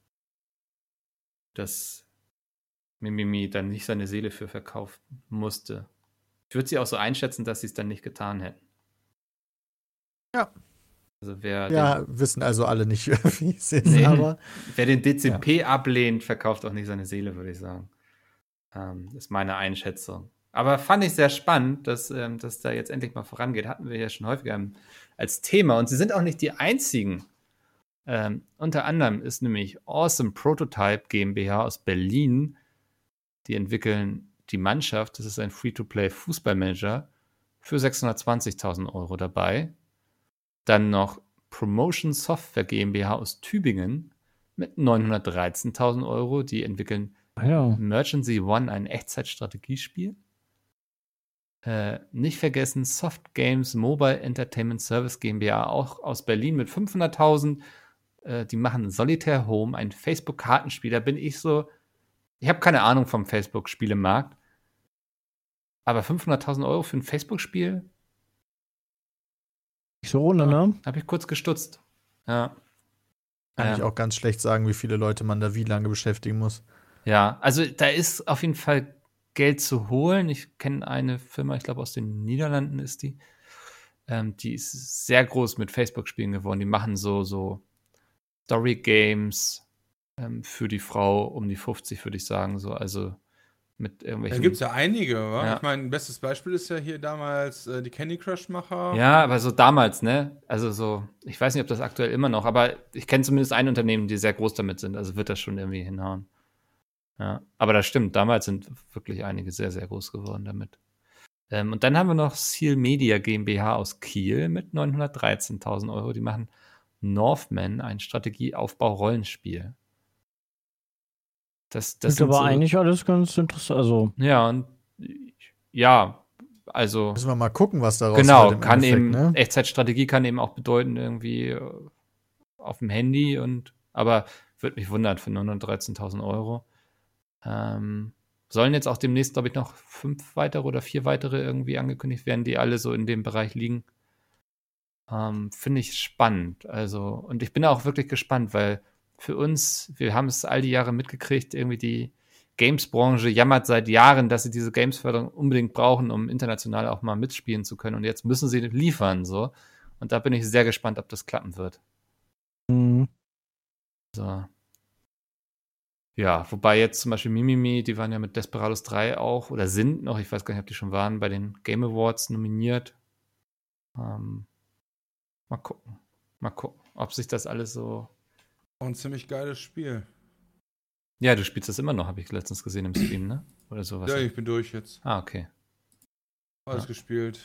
Dass Mimimi dann nicht seine Seele für verkaufen musste. Ich würde sie auch so einschätzen, dass sie es dann nicht getan hätten. Ja. Also wer Ja, wissen also alle nicht, wie es ist, Nee. aber Wer den DCP ablehnt, verkauft auch nicht seine Seele, würde ich sagen. Ist meine Einschätzung. Aber fand ich sehr spannend, dass da jetzt endlich mal vorangeht. Hatten wir ja schon häufiger als Thema. Und sie sind auch nicht die einzigen. Unter anderem ist nämlich Awesome Prototype GmbH aus Berlin. Die entwickeln die Mannschaft. Das ist ein Free-to-Play-Fußballmanager für 620.000 € dabei. Dann noch Promotion Software GmbH aus Tübingen mit 913.000 €. Die entwickeln Ja. Emergency One, ein Echtzeitstrategiespiel. Nicht vergessen Soft Games Mobile Entertainment Service GmbH, auch aus Berlin mit 500.000. Die machen Solitaire Home, ein Facebook-Kartenspiel. Da bin ich so, ich habe keine Ahnung vom Facebook-Spielemarkt, aber 500.000 € für ein Facebook-Spiel? Nicht so ohne, ne? Habe ich kurz gestutzt. Ja. kann ich auch ganz schlecht sagen, wie viele Leute man da wie lange beschäftigen muss. Ja, also da ist auf jeden Fall Geld zu holen. Ich kenne eine Firma, ich glaube aus den Niederlanden ist die. Die ist sehr groß mit Facebook-Spielen geworden. Die machen so Story-Games für die Frau um die 50, würde ich sagen. So, also mit Da irgendwelchen. gibt es ja einige, wa? Ja. Ich meine, ein bestes Beispiel ist ja hier damals die Candy Crush-Macher. Ja, aber so damals, ne? Also so, ich weiß nicht, ob das aktuell immer noch, aber ich kenne zumindest ein Unternehmen, die sehr groß damit sind. Also wird das schon irgendwie hinhauen. Ja, aber das stimmt, damals sind wirklich einige sehr, sehr groß geworden damit. Und dann haben wir noch Seal Media GmbH aus Kiel mit 913.000 Euro. Die machen Northman, ein Strategieaufbau-Rollenspiel. Das Ist aber eigentlich alles ganz interessant. Also, ja, und ja, also Müssen wir mal gucken, was daraus genau, wird im kann Endeffekt, eben, ne? Echtzeitstrategie kann eben auch bedeuten, irgendwie auf dem Handy aber würde mich wundern für 913.000 Euro. Sollen jetzt auch demnächst, glaube ich, noch 5 weitere oder 4 weitere irgendwie angekündigt werden, die alle so in dem Bereich liegen. Finde ich spannend. Also, und ich bin auch wirklich gespannt, weil für uns, wir haben es all die Jahre mitgekriegt, irgendwie die Games-Branche jammert seit Jahren, dass sie diese Games-Förderung unbedingt brauchen, um international auch mal mitspielen zu können. Und jetzt müssen sie liefern, so. Und da bin ich sehr gespannt, ob das klappen wird. So. Ja, wobei jetzt zum Beispiel Mimimi, die waren ja mit Desperados 3 auch, oder sind noch, ich weiß gar nicht, ob die schon waren, bei den Game Awards nominiert. Mal gucken, ob sich das alles so... Auch ein ziemlich geiles Spiel. Ja, du spielst das immer noch, habe ich letztens gesehen im Stream, ne? Oder sowas. Ja, ich bin durch jetzt. Ah, okay. Alles Ja. gespielt.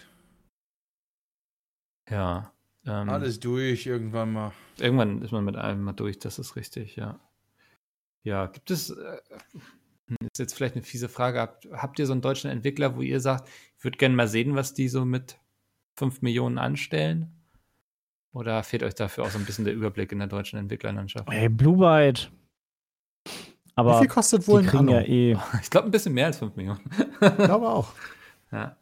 Ja. Alles durch irgendwann mal. Irgendwann ist man mit allem mal durch, das ist richtig, ja. Ja, gibt es, ist jetzt vielleicht eine fiese Frage, habt ihr so einen deutschen Entwickler, wo ihr sagt, ich würde gerne mal sehen, was die so mit 5 Millionen anstellen? Oder fehlt euch dafür auch so ein bisschen der Überblick in der deutschen Entwicklerlandschaft? ey, Blue Byte. Aber Wie viel kostet wohl die ein kriegen ja Anno? Ich glaube, ein bisschen mehr als 5 Millionen. Ich glaube auch. Ja.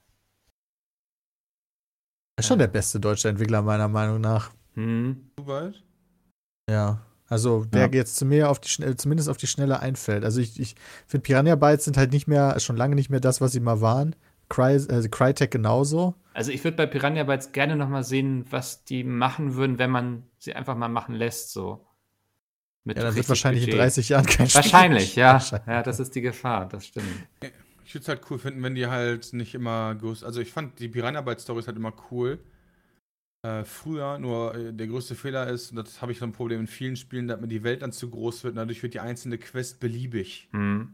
Ist schon der beste deutsche Entwickler, meiner Meinung nach. Du weit? Ja. Also, wer jetzt zu mir zumindest auf die Schnelle einfällt. Also, ich finde, Piranha Bytes sind halt schon lange nicht mehr das, was sie mal waren. Crytek genauso. Also ich würde bei Piranha Bytes gerne noch mal sehen, was die machen würden, wenn man sie einfach mal machen lässt, so. Mit Ja, dann wird richtig wahrscheinlich Budget. in 30 Jahren kein Spiel. Wahrscheinlich, ja. Wahrscheinlich. Ja, das ist die Gefahr, das stimmt. Ich würde es halt cool finden, wenn die halt nicht immer groß. Also, ich fand die Piranha Bytes Stories halt immer cool. Früher, nur der größte Fehler ist, und das habe ich so ein Problem in vielen Spielen, dass mir die Welt dann zu groß wird und dadurch wird die einzelne Quest beliebig.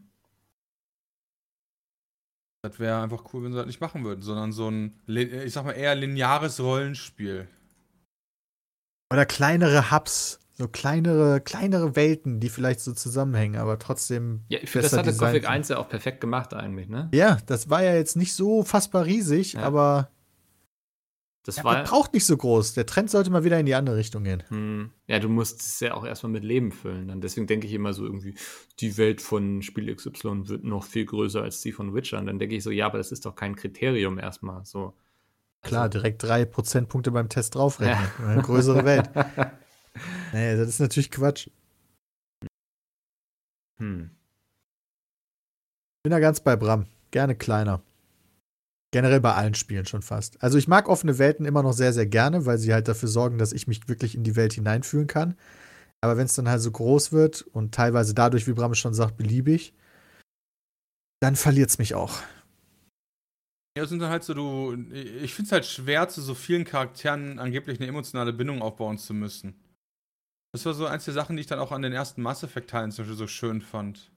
Das wäre einfach cool, wenn sie das nicht machen würden, sondern so ein, ich sag mal, eher lineares Rollenspiel. Oder kleinere Hubs. So kleinere Welten, die vielleicht so zusammenhängen, aber trotzdem. Ja, ich finde, das besser hatte designt. Gothic 1 ja auch perfekt gemacht eigentlich, ne? Ja, das war ja jetzt nicht so fassbar riesig, Ja. aber Das man war braucht nicht so groß. Der Trend sollte mal wieder in die andere Richtung gehen. ja, du musst es ja auch erstmal mit Leben füllen. Dann deswegen denke ich immer so irgendwie, die Welt von Spiel XY wird noch viel größer als die von Witcher. Und dann denke ich so, ja, aber das ist doch kein Kriterium erstmal. So. Klar, direkt 3 Prozentpunkte beim Test draufrechnen. Eine größere Welt. Nee, das ist natürlich Quatsch. Hm. Bin da ganz bei Bram. Gerne kleiner. Generell bei allen Spielen schon fast. Also ich mag offene Welten immer noch sehr, sehr gerne, weil sie halt dafür sorgen, dass ich mich wirklich in die Welt hineinfühlen kann. Aber wenn es dann halt so groß wird und teilweise dadurch, wie Bram schon sagt, beliebig, dann verliert es mich auch. Ja, das sind dann halt so, ich finde es halt schwer, zu so vielen Charakteren angeblich eine emotionale Bindung aufbauen zu müssen. Das war so eins der Sachen, die ich dann auch an den ersten Mass Effect-Teilen zum Beispiel so schön fand.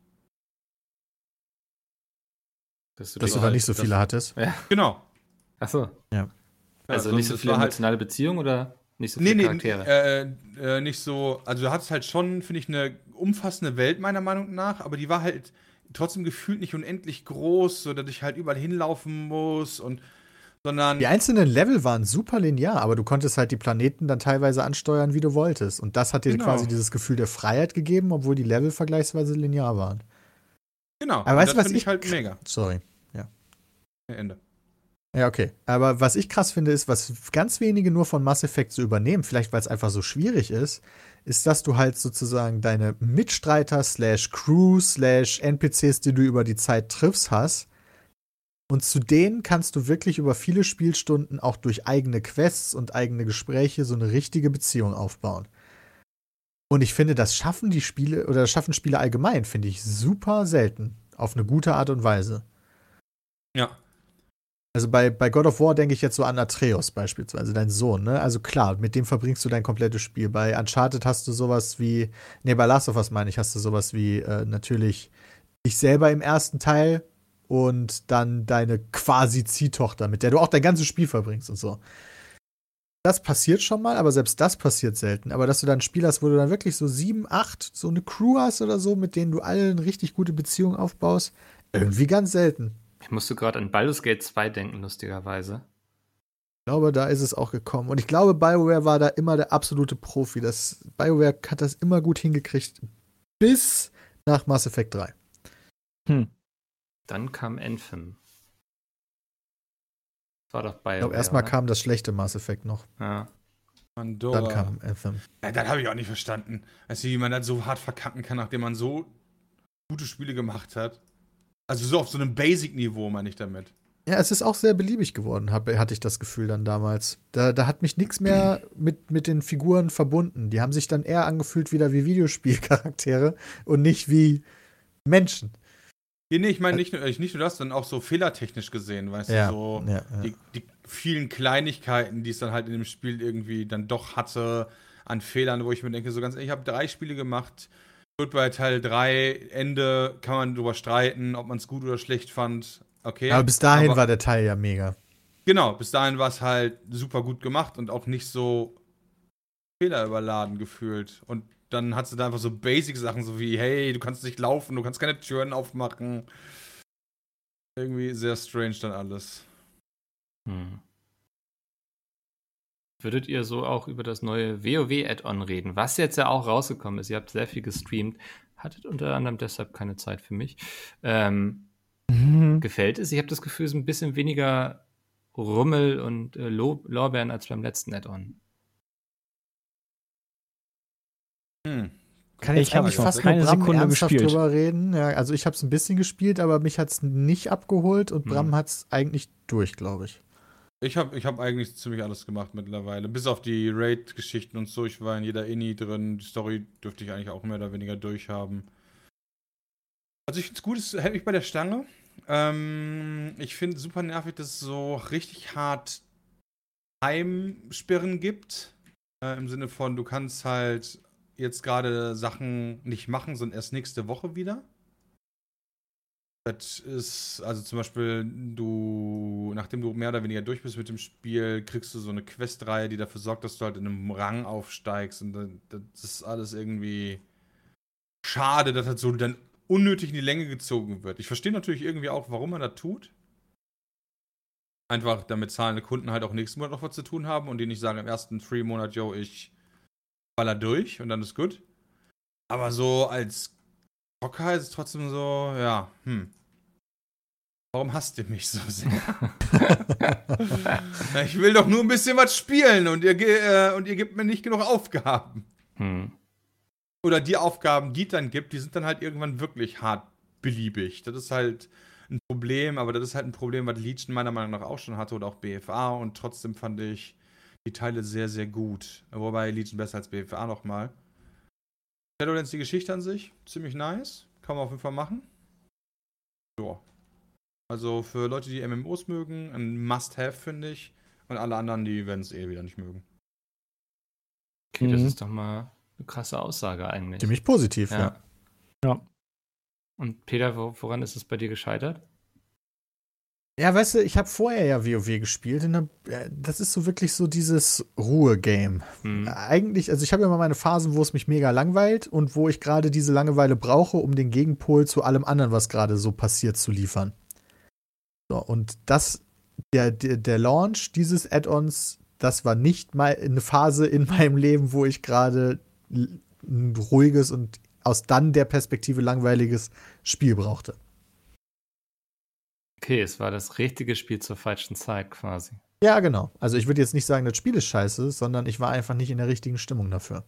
Dass du da nicht so viele hattest. Ja. Genau. Achso. Ja. Also nicht so das viele war halt- emotionale Beziehungen oder nicht so viele Charaktere? Nicht so, also du hattest halt schon, finde ich, eine umfassende Welt meiner Meinung nach, aber die war halt trotzdem gefühlt nicht unendlich groß, so dass ich halt überall hinlaufen muss sondern Die einzelnen Level waren super linear, aber du konntest halt die Planeten dann teilweise ansteuern, wie du wolltest. Und das hat dir Genau. quasi dieses Gefühl der Freiheit gegeben, obwohl die Level vergleichsweise linear waren. genau, Aber weißt du, das was finde ich halt mega. Sorry. Ende. Ja, okay. Aber was ich krass finde, ist, was ganz wenige nur von Mass Effect so übernehmen, vielleicht weil es einfach so schwierig ist, dass du halt sozusagen deine Mitstreiter /Crew /NPCs, die du über die Zeit triffst, hast. Und zu denen kannst du wirklich über viele Spielstunden auch durch eigene Quests und eigene Gespräche so eine richtige Beziehung aufbauen. Und ich finde, das schaffen die Spiele, oder das schaffen Spiele allgemein, finde ich super selten. Auf eine gute Art und Weise. Ja. Also bei God of War denke ich jetzt so an Atreus beispielsweise, dein Sohn, ne? Also klar, mit dem verbringst du dein komplettes Spiel. Bei Uncharted hast du sowas wie, bei Last of Us meine ich, hast du sowas wie natürlich dich selber im ersten Teil und dann deine quasi Ziehtochter, mit der du auch dein ganzes Spiel verbringst und so. Das passiert schon mal, aber selbst das passiert selten. Aber dass du dann ein Spiel hast, wo du dann wirklich so 7, 8, so eine Crew hast oder so, mit denen du allen richtig gute Beziehungen aufbaust, irgendwie ganz selten. Ich musste gerade an Baldur's Gate 2 denken, lustigerweise. Ich glaube, da ist es auch gekommen. Und ich glaube, BioWare war da immer der absolute Profi. BioWare hat das immer gut hingekriegt. Bis nach Mass Effect 3. Dann kam Anthem. Das war doch BioWare. Ich glaube, erstmal oder? kam das schlechte Mass Effect noch. Ja. Pandora. Dann kam Anthem. Ja, das habe ich auch nicht verstanden. Weißt du, wie man das so hart verkacken kann, nachdem man so gute Spiele gemacht hat. Also so auf so einem Basic-Niveau, meine ich damit. Ja, es ist auch sehr beliebig geworden, hatte ich das Gefühl dann damals. Da hat mich nichts mehr mit den Figuren verbunden. Die haben sich dann eher angefühlt wieder wie Videospielcharaktere und nicht wie Menschen. Nee, ich meine nicht nur das, sondern auch so fehlertechnisch gesehen, weißt du, so die vielen Kleinigkeiten, die es dann halt in dem Spiel irgendwie dann doch hatte an Fehlern, wo ich mir denke, so ganz ehrlich, ich habe 3 Spiele gemacht, gut, bei Teil 3, Ende, kann man drüber streiten, ob man es gut oder schlecht fand, okay. Aber bis dahin war der Teil ja mega. Genau, bis dahin war es halt super gut gemacht und auch nicht so fehlerüberladen gefühlt. Und dann hast du da einfach so Basic-Sachen, so wie, hey, du kannst nicht laufen, du kannst keine Türen aufmachen. Irgendwie sehr strange dann alles. Würdet ihr so auch über das neue WoW-Add-on reden, was jetzt ja auch rausgekommen ist? Ihr habt sehr viel gestreamt, hattet unter anderem deshalb keine Zeit für mich. Gefällt es? Ich habe das Gefühl, es ist ein bisschen weniger Rummel und Lorbeeren als beim letzten Add-on. Kann ich habe eigentlich fast keine mit Bram Sekunde ernsthaft gespielt. drüber reden. Ja, also ich habe es ein bisschen gespielt, aber mich hat es nicht abgeholt und Bram hat es eigentlich durch, glaube ich. Ich hab eigentlich ziemlich alles gemacht mittlerweile. Bis auf die Raid-Geschichten und so. Ich war in jeder Inni drin. Die Story dürfte ich eigentlich auch mehr oder weniger durchhaben. Also ich finde es gut, es hält mich bei der Stange. Ich finde super nervig, dass es so richtig hart Heimsperren gibt. Im Sinne von, du kannst halt jetzt gerade Sachen nicht machen, sondern erst nächste Woche wieder. Das ist, also zum Beispiel, nachdem du mehr oder weniger durch bist mit dem Spiel, kriegst du so eine Questreihe, die dafür sorgt, dass du halt in einem Rang aufsteigst. Und das ist alles irgendwie schade, dass das so dann unnötig in die Länge gezogen wird. Ich verstehe natürlich irgendwie auch, warum man das tut. Einfach, damit zahlende Kunden halt auch nächsten Monat noch was zu tun haben und die nicht sagen im ersten Free-Monat, yo, ich baller durch und dann ist gut. Aber so als Zocker ist es trotzdem so, ja, warum hasst ihr mich so sehr? Ich will doch nur ein bisschen was spielen und ihr gebt mir nicht genug Aufgaben. Oder die Aufgaben, die es dann gibt, die sind dann halt irgendwann wirklich hart beliebig. Das ist halt ein Problem, aber das ist halt ein Problem, was Legion meiner Meinung nach auch schon hatte oder auch BFA und trotzdem fand ich die Teile sehr, sehr gut. Wobei Legion besser als BFA nochmal. Shadowlands, die Geschichte an sich, ziemlich nice. Kann man auf jeden Fall machen. Ja. Also für Leute, die MMOs mögen, ein Must-Have, finde ich. Und alle anderen, die werden es wieder nicht mögen. Okay, das ist doch mal eine krasse Aussage eigentlich. Ziemlich positiv, ja. Und Peter, woran ist es bei dir gescheitert? Ja, weißt du, ich habe vorher ja WoW gespielt und das ist so wirklich so dieses Ruhe-Game. Eigentlich, also ich habe ja mal meine Phasen, wo es mich mega langweilt und wo ich gerade diese Langeweile brauche, um den Gegenpol zu allem anderen, was gerade so passiert, zu liefern. So, und der Launch dieses Add-ons, das war nicht mal eine Phase in meinem Leben, wo ich gerade ein ruhiges und aus dann der Perspektive langweiliges Spiel brauchte. Okay, es war das richtige Spiel zur falschen Zeit quasi. Ja, genau. Also ich würde jetzt nicht sagen, das Spiel ist scheiße, sondern ich war einfach nicht in der richtigen Stimmung dafür.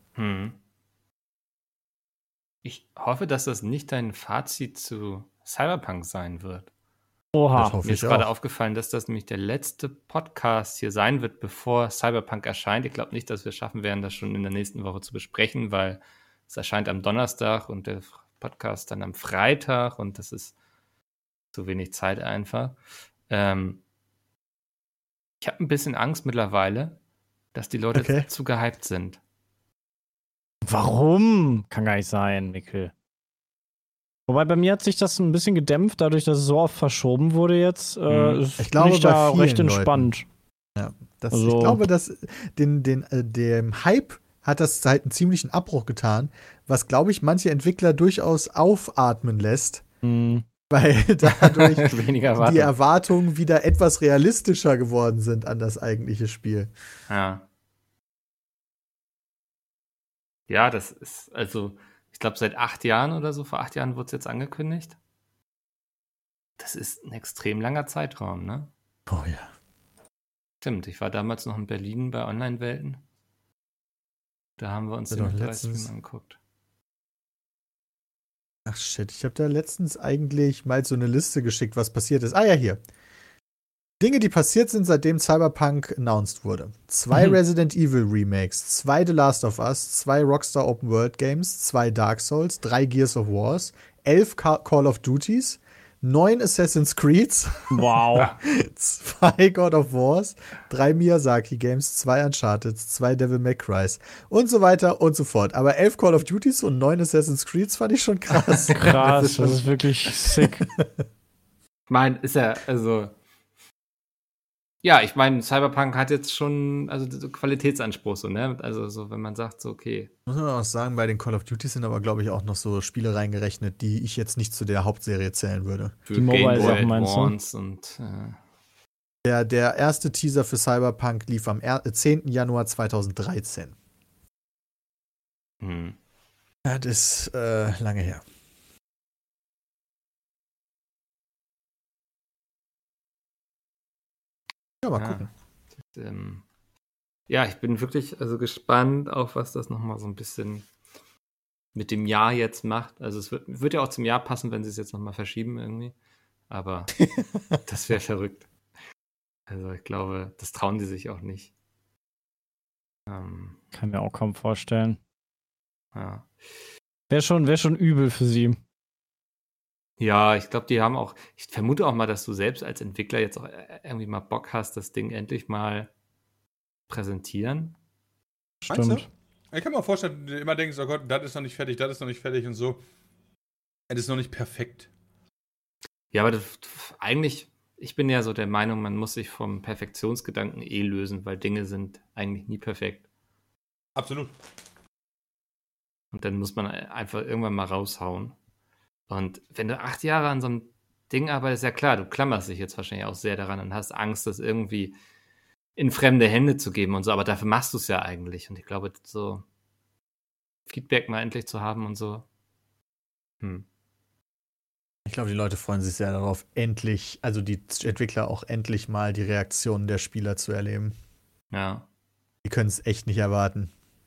Ich hoffe, dass das nicht dein Fazit zu Cyberpunk sein wird. Oha. Das hoffe Mir ist ich gerade auch. aufgefallen, dass das nämlich der letzte Podcast hier sein wird, bevor Cyberpunk erscheint. Ich glaube nicht, dass wir es schaffen werden, das schon in der nächsten Woche zu besprechen, weil es erscheint am Donnerstag und der Podcast dann am Freitag und das ist zu wenig Zeit einfach. Ich habe ein bisschen Angst mittlerweile, dass die Leute zu gehypt sind. Warum? Kann gar nicht sein, Mikkel. Wobei bei mir hat sich das ein bisschen gedämpft, dadurch, dass es so oft verschoben wurde jetzt. Ich glaube, bin ich da bei vielen recht entspannt. Ja, Also- ich glaube, dass dem Hype hat das halt einen ziemlichen Abbruch getan, was, glaube ich, manche Entwickler durchaus aufatmen lässt, Mhm. weil dadurch Weniger die Erwartungen wieder etwas realistischer geworden sind an das eigentliche Spiel. Ja. Ja, das ist, also, ich glaube, seit 8 Jahren oder so, vor 8 Jahren wurde es jetzt angekündigt. Das ist ein extrem langer Zeitraum, ne? Oh ja. Stimmt, ich war damals noch in Berlin bei Online-Welten. Da haben wir uns Ja, den doch, Livestream letztens. angeguckt. Ach shit, ich habe da letztens eigentlich mal so eine Liste geschickt, was passiert ist. Ah ja, hier. Dinge, die passiert sind, seitdem Cyberpunk announced wurde. 2 Resident Evil Remakes, 2 The Last of Us, 2 Rockstar Open World Games, 2 Dark Souls, 3 Gears of Wars, 11 Call of Duties, 9 Assassin's Creeds, Wow. 2 God of Wars, 3 Miyazaki Games, 2 Uncharted, 2 Devil May Cry und so weiter und so fort. Aber 11 Call of Duties und 9 Assassin's Creeds fand ich schon krass. Krass, das ist wirklich sick. Ich meine, ist ja, also. Ja, ich meine, Cyberpunk hat jetzt schon, also so Qualitätsanspruch, so, ne? Also, so, wenn man sagt, so, okay. Muss man auch sagen, bei den Call of Duties sind aber, glaube ich, auch noch so Spiele reingerechnet, die ich jetzt nicht zu der Hauptserie zählen würde. Für Die Mobile-Sachen meinst du? Advance und. Der erste Teaser für Cyberpunk lief am 10. Januar 2013. Hm. Ja, das ist lange her. Ja, mal gucken. Ja, ich bin wirklich also gespannt, auf was das nochmal so ein bisschen mit dem Jahr jetzt macht. Also es wird ja auch zum Jahr passen, wenn sie es jetzt nochmal verschieben irgendwie. Aber das wäre verrückt. Also ich glaube, das trauen die sich auch nicht. Kann mir auch kaum vorstellen. Ja. Wäre schon übel für sie. Ja, ich glaube, die haben auch, ich vermute auch mal, dass du selbst als Entwickler jetzt auch irgendwie mal Bock hast, das Ding endlich mal präsentieren. Meinst du? Stimmt. Ich kann mir vorstellen, du immer denkst, oh Gott, das ist noch nicht fertig, das ist noch nicht fertig und so. Es ist noch nicht perfekt. Ja, aber eigentlich, ich bin ja so der Meinung, man muss sich vom Perfektionsgedanken lösen, weil Dinge sind eigentlich nie perfekt. Absolut. Und dann muss man einfach irgendwann mal raushauen. Und wenn du 8 Jahre an so einem Ding arbeitest, ja klar, du klammerst dich jetzt wahrscheinlich auch sehr daran und hast Angst, das irgendwie in fremde Hände zu geben und so, aber dafür machst du es ja eigentlich. Und ich glaube, so Feedback mal endlich zu haben und so. Ich glaube, die Leute freuen sich sehr darauf, endlich, also die Entwickler auch endlich mal die Reaktionen der Spieler zu erleben. Ja. Die können es echt nicht erwarten.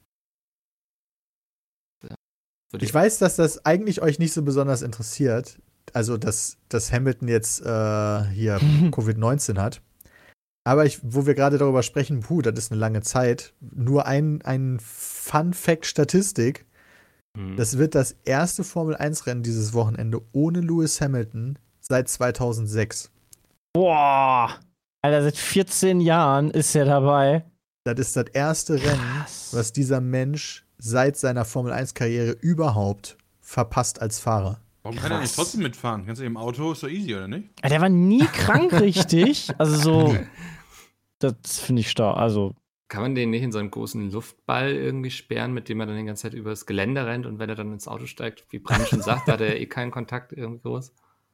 Würde Ich weiß, dass das eigentlich euch nicht so besonders interessiert. Also, dass Hamilton jetzt hier Covid-19 hat. Aber wo wir gerade darüber sprechen, das ist eine lange Zeit. Nur ein Fun-Fact-Statistik. Das wird das erste Formel-1-Rennen dieses Wochenende ohne Lewis Hamilton seit 2006. Boah. Alter, seit 14 Jahren ist er dabei. Das ist das erste Rennen, was dieser Mensch seit seiner Formel-1-Karriere überhaupt verpasst als Fahrer. Warum kann er nicht trotzdem mitfahren? Kannst du im Auto, ist so easy, oder nicht? Der war nie krank, richtig. Also so, das finde ich stark. Also, Kann man den nicht in so einen großen Luftball irgendwie sperren, mit dem er dann die ganze Zeit übers Gelände rennt und wenn er dann ins Auto steigt, wie Bram schon sagt, da hat er keinen Kontakt irgendwie groß?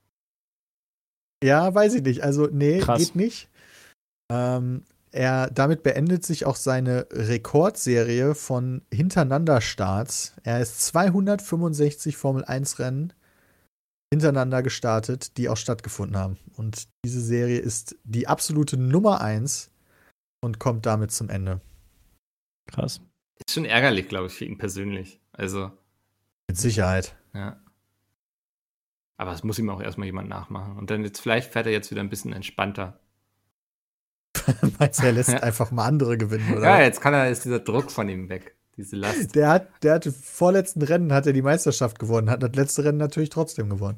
Ja, weiß ich nicht. Also, nee, Krass. geht nicht. Damit beendet sich auch seine Rekordserie von Hintereinander-Starts. Er ist 265 Formel-1-Rennen hintereinander gestartet, die auch stattgefunden haben. Und diese Serie ist die absolute Nummer 1 und kommt damit zum Ende. krass. Ist schon ärgerlich, glaube ich, für ihn persönlich. Also, Mit Sicherheit. ja. Aber es muss ihm auch erstmal jemand nachmachen. Und dann jetzt, vielleicht fährt er jetzt wieder ein bisschen entspannter. Meinst du, er lässt einfach mal andere gewinnen, oder? Ja, jetzt ist dieser Druck von ihm weg. Diese Last. Der hat im vorletzten Rennen hat er die Meisterschaft gewonnen, hat das letzte Rennen natürlich trotzdem gewonnen.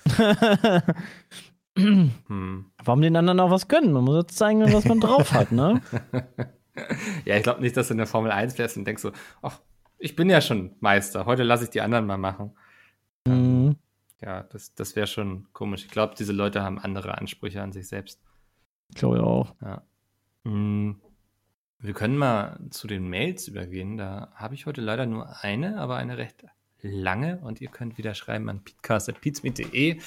Warum den anderen auch was gönnen? Man muss jetzt zeigen, was man drauf hat, ne? Ja, ich glaube nicht, dass du in der Formel 1 fährst und denkst so, ach, ich bin ja schon Meister, heute lasse ich die anderen mal machen. Mhm. Ja, das wäre schon komisch. Ich glaube, diese Leute haben andere Ansprüche an sich selbst. Ich glaube auch. Ja. Wir können mal zu den Mails übergehen. Da habe ich heute leider nur eine, aber eine recht lange. Und ihr könnt wieder schreiben an peatcast@peatsmeet.de.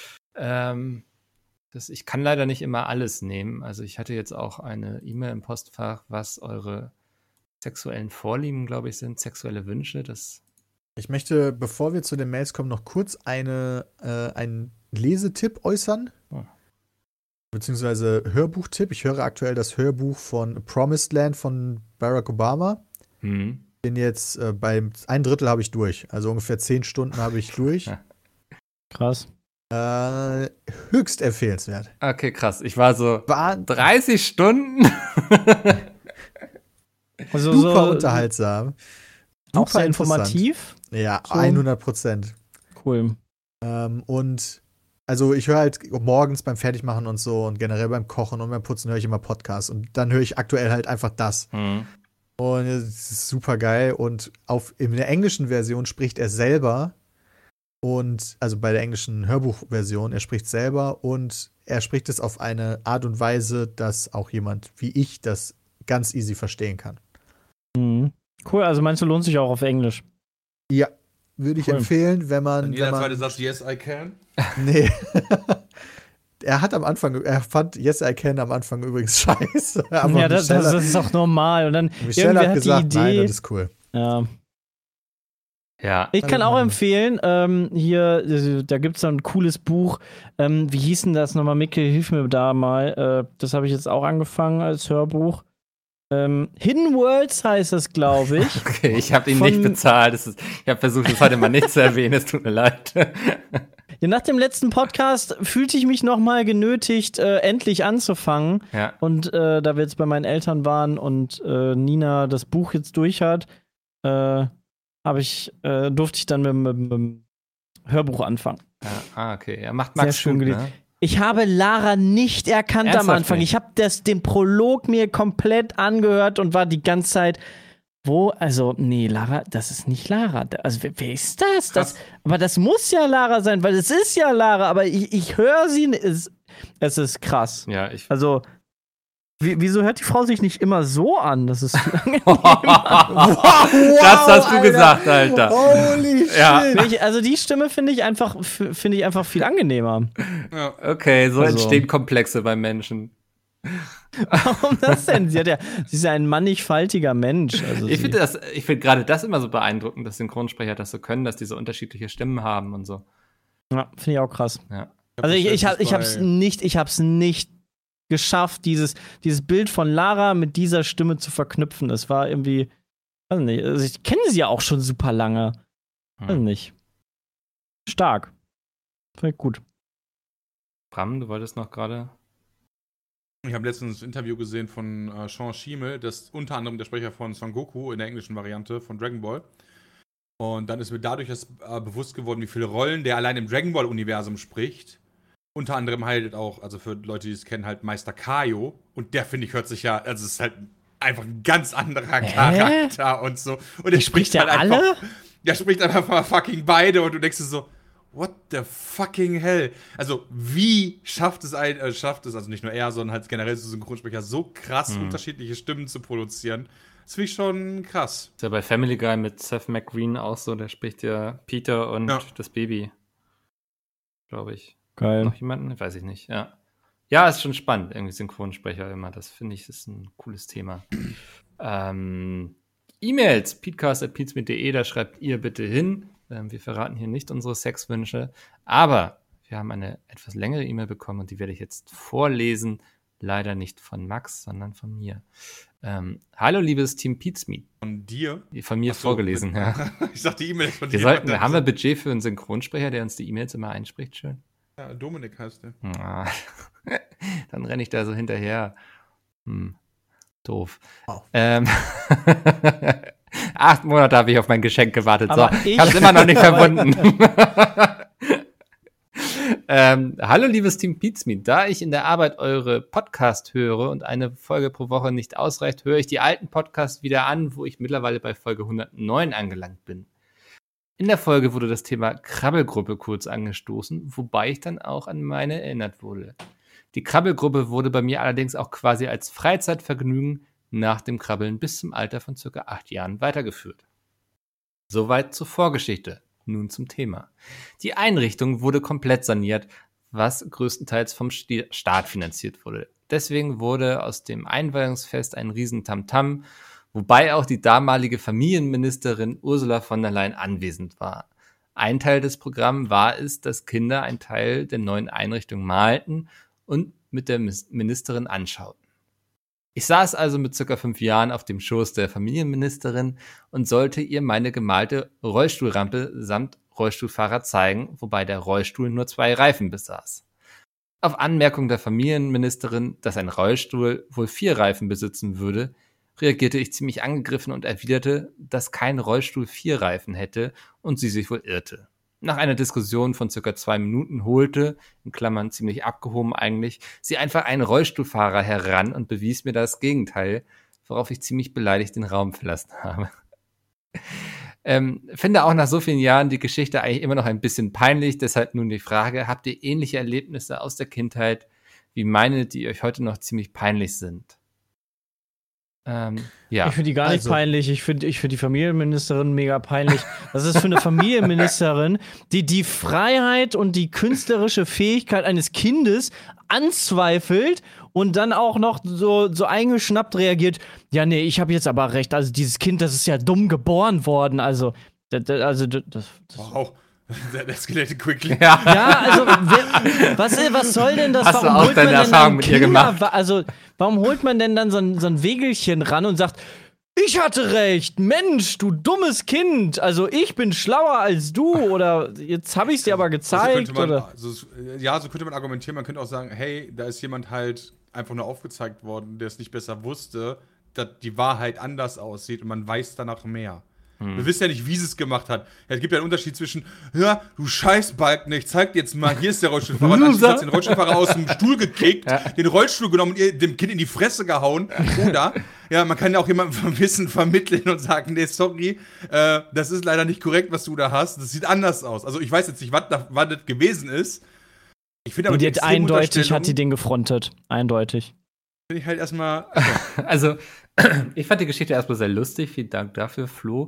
Ich kann leider nicht immer alles nehmen. Also ich hatte jetzt auch eine E-Mail im Postfach, was eure sexuellen Vorlieben, glaube ich, sind, sexuelle Wünsche. Ich möchte, bevor wir zu den Mails kommen, noch kurz einen Lesetipp äußern. Oh. Beziehungsweise Hörbuchtipp. Ich höre aktuell das Hörbuch von Promised Land von Barack Obama. Bin jetzt beim 1/3 habe ich durch. Also ungefähr 10 Stunden habe ich durch. Krass. Höchst empfehlenswert. Okay, krass. Ich war so War 30 Stunden. Also super unterhaltsam. Auch Super sehr interessant. informativ. Ja, So. 100%. Cool. Und also ich höre halt morgens beim Fertigmachen und so und generell beim Kochen und beim Putzen höre ich immer Podcasts. Und dann höre ich aktuell halt einfach das. Und es ist super geil. Und in der englischen Version spricht er selber. Und also bei der englischen Hörbuchversion, er spricht selber und er spricht es auf eine Art und Weise, dass auch jemand wie ich das ganz easy verstehen kann. Mhm. Cool, also meinst du, lohnt sich auch auf Englisch? Ja, würde ich Cool. empfehlen, wenn man. Und jeder wenn man zweite sagt, yes, I can. Nee. Er fand Yes, I Can am Anfang übrigens scheiße. Aber Ja, das ist auch normal. Und dann Michelle irgendwer hat hat gesagt, die Idee. nein, das ist cool. Ja. Ja. Ich kann auch empfehlen, da gibt es so ein cooles Buch. Wie hieß denn das nochmal? Micke, hilf mir da mal. Das habe ich jetzt auch angefangen als Hörbuch. Hidden Worlds heißt das, glaube ich. Okay, ich habe ihn nicht bezahlt. Ich habe versucht, das heute mal nicht zu erwähnen. Es tut mir leid. Ja, nach dem letzten Podcast fühlte ich mich nochmal genötigt, endlich anzufangen. Ja. Und da wir jetzt bei meinen Eltern waren und Nina das Buch jetzt durch hat, durfte ich dann mit dem Hörbuch anfangen. Ja, okay. Er macht Sehr Max schön gut, gelesen. ne? Ich habe Lara nicht erkannt am Ernsthaft Anfang. nicht? Ich habe den Prolog mir komplett angehört und war die ganze Zeit, nee, Lara, das ist nicht Lara. Also, wer ist das? Aber das muss ja Lara sein, weil es ist ja Lara, aber ich höre sie nicht. Es ist krass. Ja, Also, wieso hört die Frau sich nicht immer so an? Das ist viel das hast du gesagt, Alter. Holy shit. Ja. Also die Stimme finde ich einfach viel angenehmer. Okay, so Also. entstehen Komplexe bei Menschen. Warum das denn? Sie ist ja ein mannigfaltiger Mensch. Also Ich finde gerade das immer so beeindruckend, dass Synchronsprecher das so können, dass die so unterschiedliche Stimmen haben und so. Ja, finde ich auch krass. Ja. Also ich hab's nicht geschafft, dieses Bild von Lara mit dieser Stimme zu verknüpfen. Es war irgendwie, weiß nicht, also ich kenne sie ja auch schon super lange. Weiß nicht. Stark. Finde ich gut. Bram, du wolltest noch gerade. Ich habe letztens ein Interview gesehen von Sean Schiemel, das ist unter anderem der Sprecher von Son Goku in der englischen Variante von Dragon Ball. Und dann ist mir dadurch bewusst geworden, wie viele Rollen der allein im Dragon Ball-Universum spricht. Unter anderem halt auch, also für Leute, die es kennen, halt Meister Kaio. Und der, finde ich, hört sich ja, also es ist halt einfach ein ganz anderer Charakter und so. Und er spricht halt einfach. alle? Der spricht einfach mal fucking beide und du denkst dir so, what the fucking hell? Also, wie schafft es, also nicht nur er, sondern halt generell so Synchronsprecher, so krass unterschiedliche Stimmen zu produzieren? Das finde ich schon krass. Ist ja bei Family Guy mit Seth MacFarlane auch so, der spricht ja Peter und das Baby. Glaube ich. Geil. Noch jemanden? Weiß ich nicht, ja. Ja, ist schon spannend, irgendwie Synchronsprecher immer. Das finde ich, ist ein cooles Thema. E-Mails, peatcast@peatsmeet.de, da schreibt ihr bitte hin. Wir verraten hier nicht unsere Sexwünsche, aber wir haben eine etwas längere E-Mail bekommen und die werde ich jetzt vorlesen. Leider nicht von Max, sondern von mir. Hallo, liebes Team Peatsmeet. Von dir? Von mir vorgelesen, ja. Ich dachte, die E-Mail ist von Wir dir. haben wir Budget für einen Synchronsprecher, der uns die E-Mails immer einspricht? Schön. Ja, Dominik heißt der. Ah, dann renne ich da so hinterher. Doof. Wow. 8 Monate habe ich auf mein Geschenk gewartet. Aber so, ich habe es immer noch nicht verbunden. Hallo, liebes Team Peatsmeet. Da ich in der Arbeit eure Podcast höre und eine Folge pro Woche nicht ausreicht, höre ich die alten Podcasts wieder an, wo ich mittlerweile bei Folge 109 angelangt bin. In der Folge wurde das Thema Krabbelgruppe kurz angestoßen, wobei ich dann auch an meine erinnert wurde. Die Krabbelgruppe wurde bei mir allerdings auch quasi als Freizeitvergnügen nach dem Krabbeln bis zum Alter von ca. 8 Jahren weitergeführt. Soweit zur Vorgeschichte. Nun zum Thema. Die Einrichtung wurde komplett saniert, was größtenteils vom Staat finanziert wurde. Deswegen wurde aus dem Einweihungsfest ein riesen Tamtam, wobei auch die damalige Familienministerin Ursula von der Leyen anwesend war. Ein Teil des Programms war es, dass Kinder einen Teil der neuen Einrichtung malten und mit der Ministerin anschauten. Ich saß also mit ca. 5 Jahren auf dem Schoß der Familienministerin und sollte ihr meine gemalte Rollstuhlrampe samt Rollstuhlfahrer zeigen, wobei der Rollstuhl nur 2 Reifen besaß. Auf Anmerkung der Familienministerin, dass ein Rollstuhl wohl 4 Reifen besitzen würde, reagierte ich ziemlich angegriffen und erwiderte, dass kein Rollstuhl 4 Reifen hätte und sie sich wohl irrte. Nach einer Diskussion von ca. 2 Minuten holte, in Klammern ziemlich abgehoben eigentlich, sie einfach einen Rollstuhlfahrer heran und bewies mir das Gegenteil, worauf ich ziemlich beleidigt den Raum verlassen habe. Finde auch nach so vielen Jahren die Geschichte eigentlich immer noch ein bisschen peinlich, deshalb nun die Frage, habt ihr ähnliche Erlebnisse aus der Kindheit wie meine, die euch heute noch ziemlich peinlich sind? Ja. Ich finde die gar nicht peinlich. Ich finde die Familienministerin mega peinlich. Das ist für eine Familienministerin, die die Freiheit und die künstlerische Fähigkeit eines Kindes anzweifelt und dann auch noch so eingeschnappt reagiert. Ja, nee, ich habe jetzt aber recht. Also dieses Kind, das ist ja dumm geboren worden. Also das Wow. That escalated quickly. Ja, also was soll denn das? Hast du auch deine Erfahrung mit ihr gemacht? Also warum holt man denn dann so ein Wegelchen ran und sagt, ich hatte recht, Mensch, du dummes Kind. Also ich bin schlauer als du oder jetzt habe ich es dir aber gezeigt. So könnte man argumentieren. Man könnte auch sagen, hey, da ist jemand halt einfach nur aufgezeigt worden, der es nicht besser wusste, dass die Wahrheit anders aussieht und man weiß danach mehr. Wir wissen ja nicht, wie sie es gemacht hat. Ja, es gibt ja einen Unterschied zwischen, ja, du Scheißbalken, ich zeig dir jetzt mal, hier ist der Rollstuhlfahrer. Dann hat den Rollstuhlfahrer aus dem Stuhl gekickt, den Rollstuhl genommen und dem Kind in die Fresse gehauen. Oder, ja, man kann ja auch jemandem Wissen vermitteln und sagen, nee, sorry, das ist leider nicht korrekt, was du da hast. Das sieht anders aus. Also ich weiß jetzt nicht, was das gewesen ist. Ich finde aber die eindeutig hat die den gefrontet. Eindeutig. Finde ich halt erstmal. Also, ich fand die Geschichte erstmal sehr lustig. Vielen Dank dafür, Flo.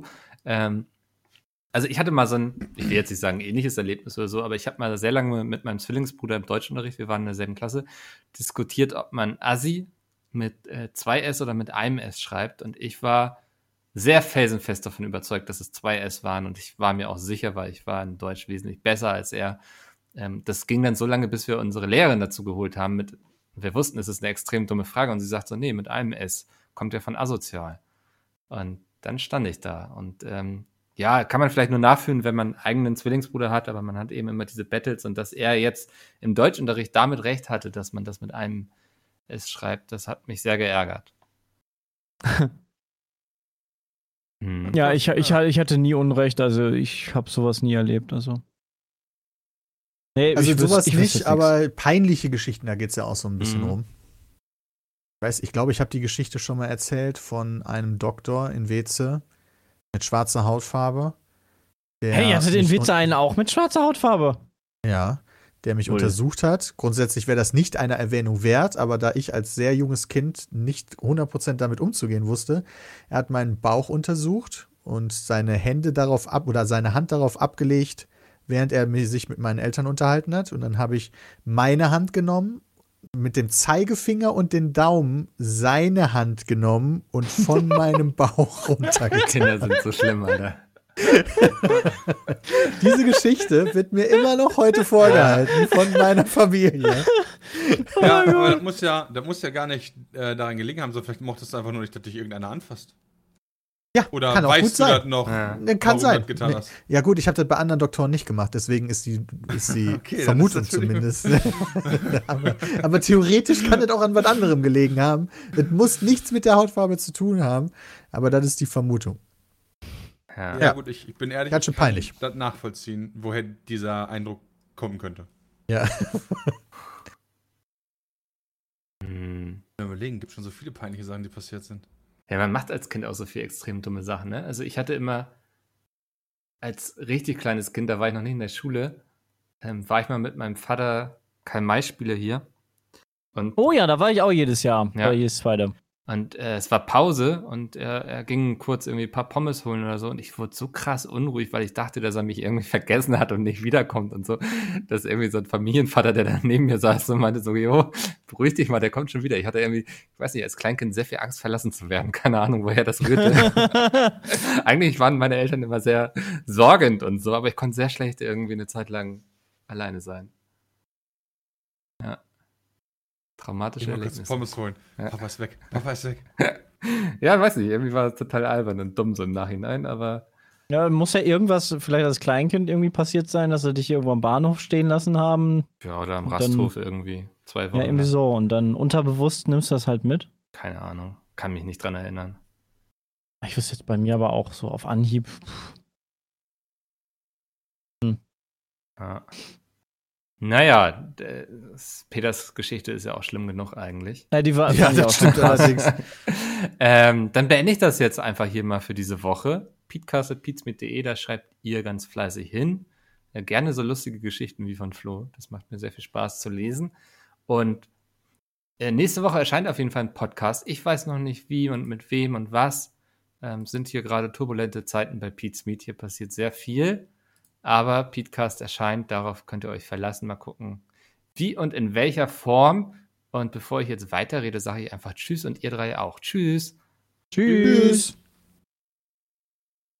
Also, ich hatte mal so ein, ich will jetzt nicht sagen ähnliches Erlebnis oder so, aber ich habe mal sehr lange mit meinem Zwillingsbruder im Deutschunterricht, wir waren in derselben Klasse, diskutiert, ob man Assi mit 2 S oder mit einem S schreibt. Und ich war sehr felsenfest davon überzeugt, dass es 2 S waren. Und ich war mir auch sicher, weil ich war in Deutsch wesentlich besser als er. Das ging dann so lange, bis wir unsere Lehrerin dazu geholt haben. Wir wussten, es ist eine extrem dumme Frage. Und sie sagt so, nee, mit einem S. Kommt ja von asozial. Und dann stand ich da. Und ja, kann man vielleicht nur nachfühlen, wenn man einen eigenen Zwillingsbruder hat, aber man hat eben immer diese Battles und dass er jetzt im Deutschunterricht damit recht hatte, dass man das mit einem S schreibt, das hat mich sehr geärgert. Ja, ich hatte nie Unrecht, also ich habe sowas nie erlebt, also. Nee, also sowas nicht, aber peinliche Geschichten, da geht es ja auch so ein bisschen rum. Ich glaube, ich habe die Geschichte schon mal erzählt von einem Doktor in Weze mit schwarzer Hautfarbe. Hey, hattet in Weze einen auch mit schwarzer Hautfarbe? Ja, der mich untersucht hat. Grundsätzlich wäre das nicht einer Erwähnung wert, aber da ich als sehr junges Kind nicht 100% damit umzugehen wusste, er hat meinen Bauch untersucht und seine Hand darauf abgelegt, während er sich mit meinen Eltern unterhalten hat. Und dann habe ich meine Hand genommen, mit dem Zeigefinger und den Daumen seine Hand genommen und von meinem Bauch runtergetan. Kinder sind so schlimm, Alter. Diese Geschichte wird mir immer noch heute vorgehalten von meiner Familie. Ja, aber das muss ja gar nicht daran gelegen haben, sondern vielleicht mochtest du einfach nur nicht, dass dich irgendeiner anfasst. Ja, oder kann auch weißt gut du sein. das noch, kann sein. Du das getan hast? Ja gut, ich habe das bei anderen Doktoren nicht gemacht, deswegen ist die okay, Vermutung zumindest. aber theoretisch kann das auch an was anderem gelegen haben. Das muss nichts mit der Hautfarbe zu tun haben, aber das ist die Vermutung. Ja gut, ich bin ehrlich, ganz schön peinlich. Ich kann das nachvollziehen, woher dieser Eindruck kommen könnte. Ja. Überlegen, gibt schon so viele peinliche Sachen, die passiert sind. Ja, man macht als Kind auch so viel extrem dumme Sachen, ne? Also ich hatte immer als richtig kleines Kind, da war ich noch nicht in der Schule, war ich mal mit meinem Vater Karl-May-Spiele hier. Und Oh ja, da war ich auch jedes Jahr. Ja. Oder jedes zweite. Und es war Pause und er ging kurz irgendwie ein paar Pommes holen oder so und ich wurde so krass unruhig, weil ich dachte, dass er mich irgendwie vergessen hat und nicht wiederkommt und so. Dass irgendwie so ein Familienvater, der da neben mir saß und meinte so, jo, beruhig dich mal, der kommt schon wieder. Ich hatte irgendwie, ich weiß nicht, als Kleinkind sehr viel Angst, verlassen zu werden. Keine Ahnung, woher das rührte. Eigentlich waren meine Eltern immer sehr sorgend und so, aber ich konnte sehr schlecht irgendwie eine Zeit lang alleine sein. Ja. Traumatische Ich muss kurz Erlebnisse. Pommes holen. Ja. Papa ist weg. Papa ist weg. Ja, weiß nicht, irgendwie war es total albern und dumm so im Nachhinein, aber Ja, muss ja irgendwas vielleicht als Kleinkind irgendwie passiert sein, dass sie dich irgendwo am Bahnhof stehen lassen haben. ja, oder am Und Rasthof irgendwie 2 Wochen. Ja, irgendwie lang. so. Und dann unterbewusst nimmst du das halt mit. Keine Ahnung, kann mich nicht dran erinnern. Ich wüsste jetzt bei mir aber auch so auf Anhieb. Ja. Naja, Peters Geschichte ist ja auch schlimm genug eigentlich. Ja, die war Ja, fand ich auch das schon stimmt krass. allerdings. Dann beende ich das jetzt einfach hier mal für diese Woche. Peatcast@peatsmeet.de, da schreibt ihr ganz fleißig hin. Ja, gerne so lustige Geschichten wie von Flo. Das macht mir sehr viel Spaß zu lesen. Und nächste Woche erscheint auf jeden Fall ein Podcast. Ich weiß noch nicht wie und mit wem und was. Sind hier gerade turbulente Zeiten bei Pete's Meet. Hier passiert sehr viel. Aber Peatcast erscheint, darauf könnt ihr euch verlassen. Mal gucken, wie und in welcher Form. Und bevor ich jetzt weiterrede, sage ich einfach Tschüss und ihr drei auch. Tschüss. Tschüss.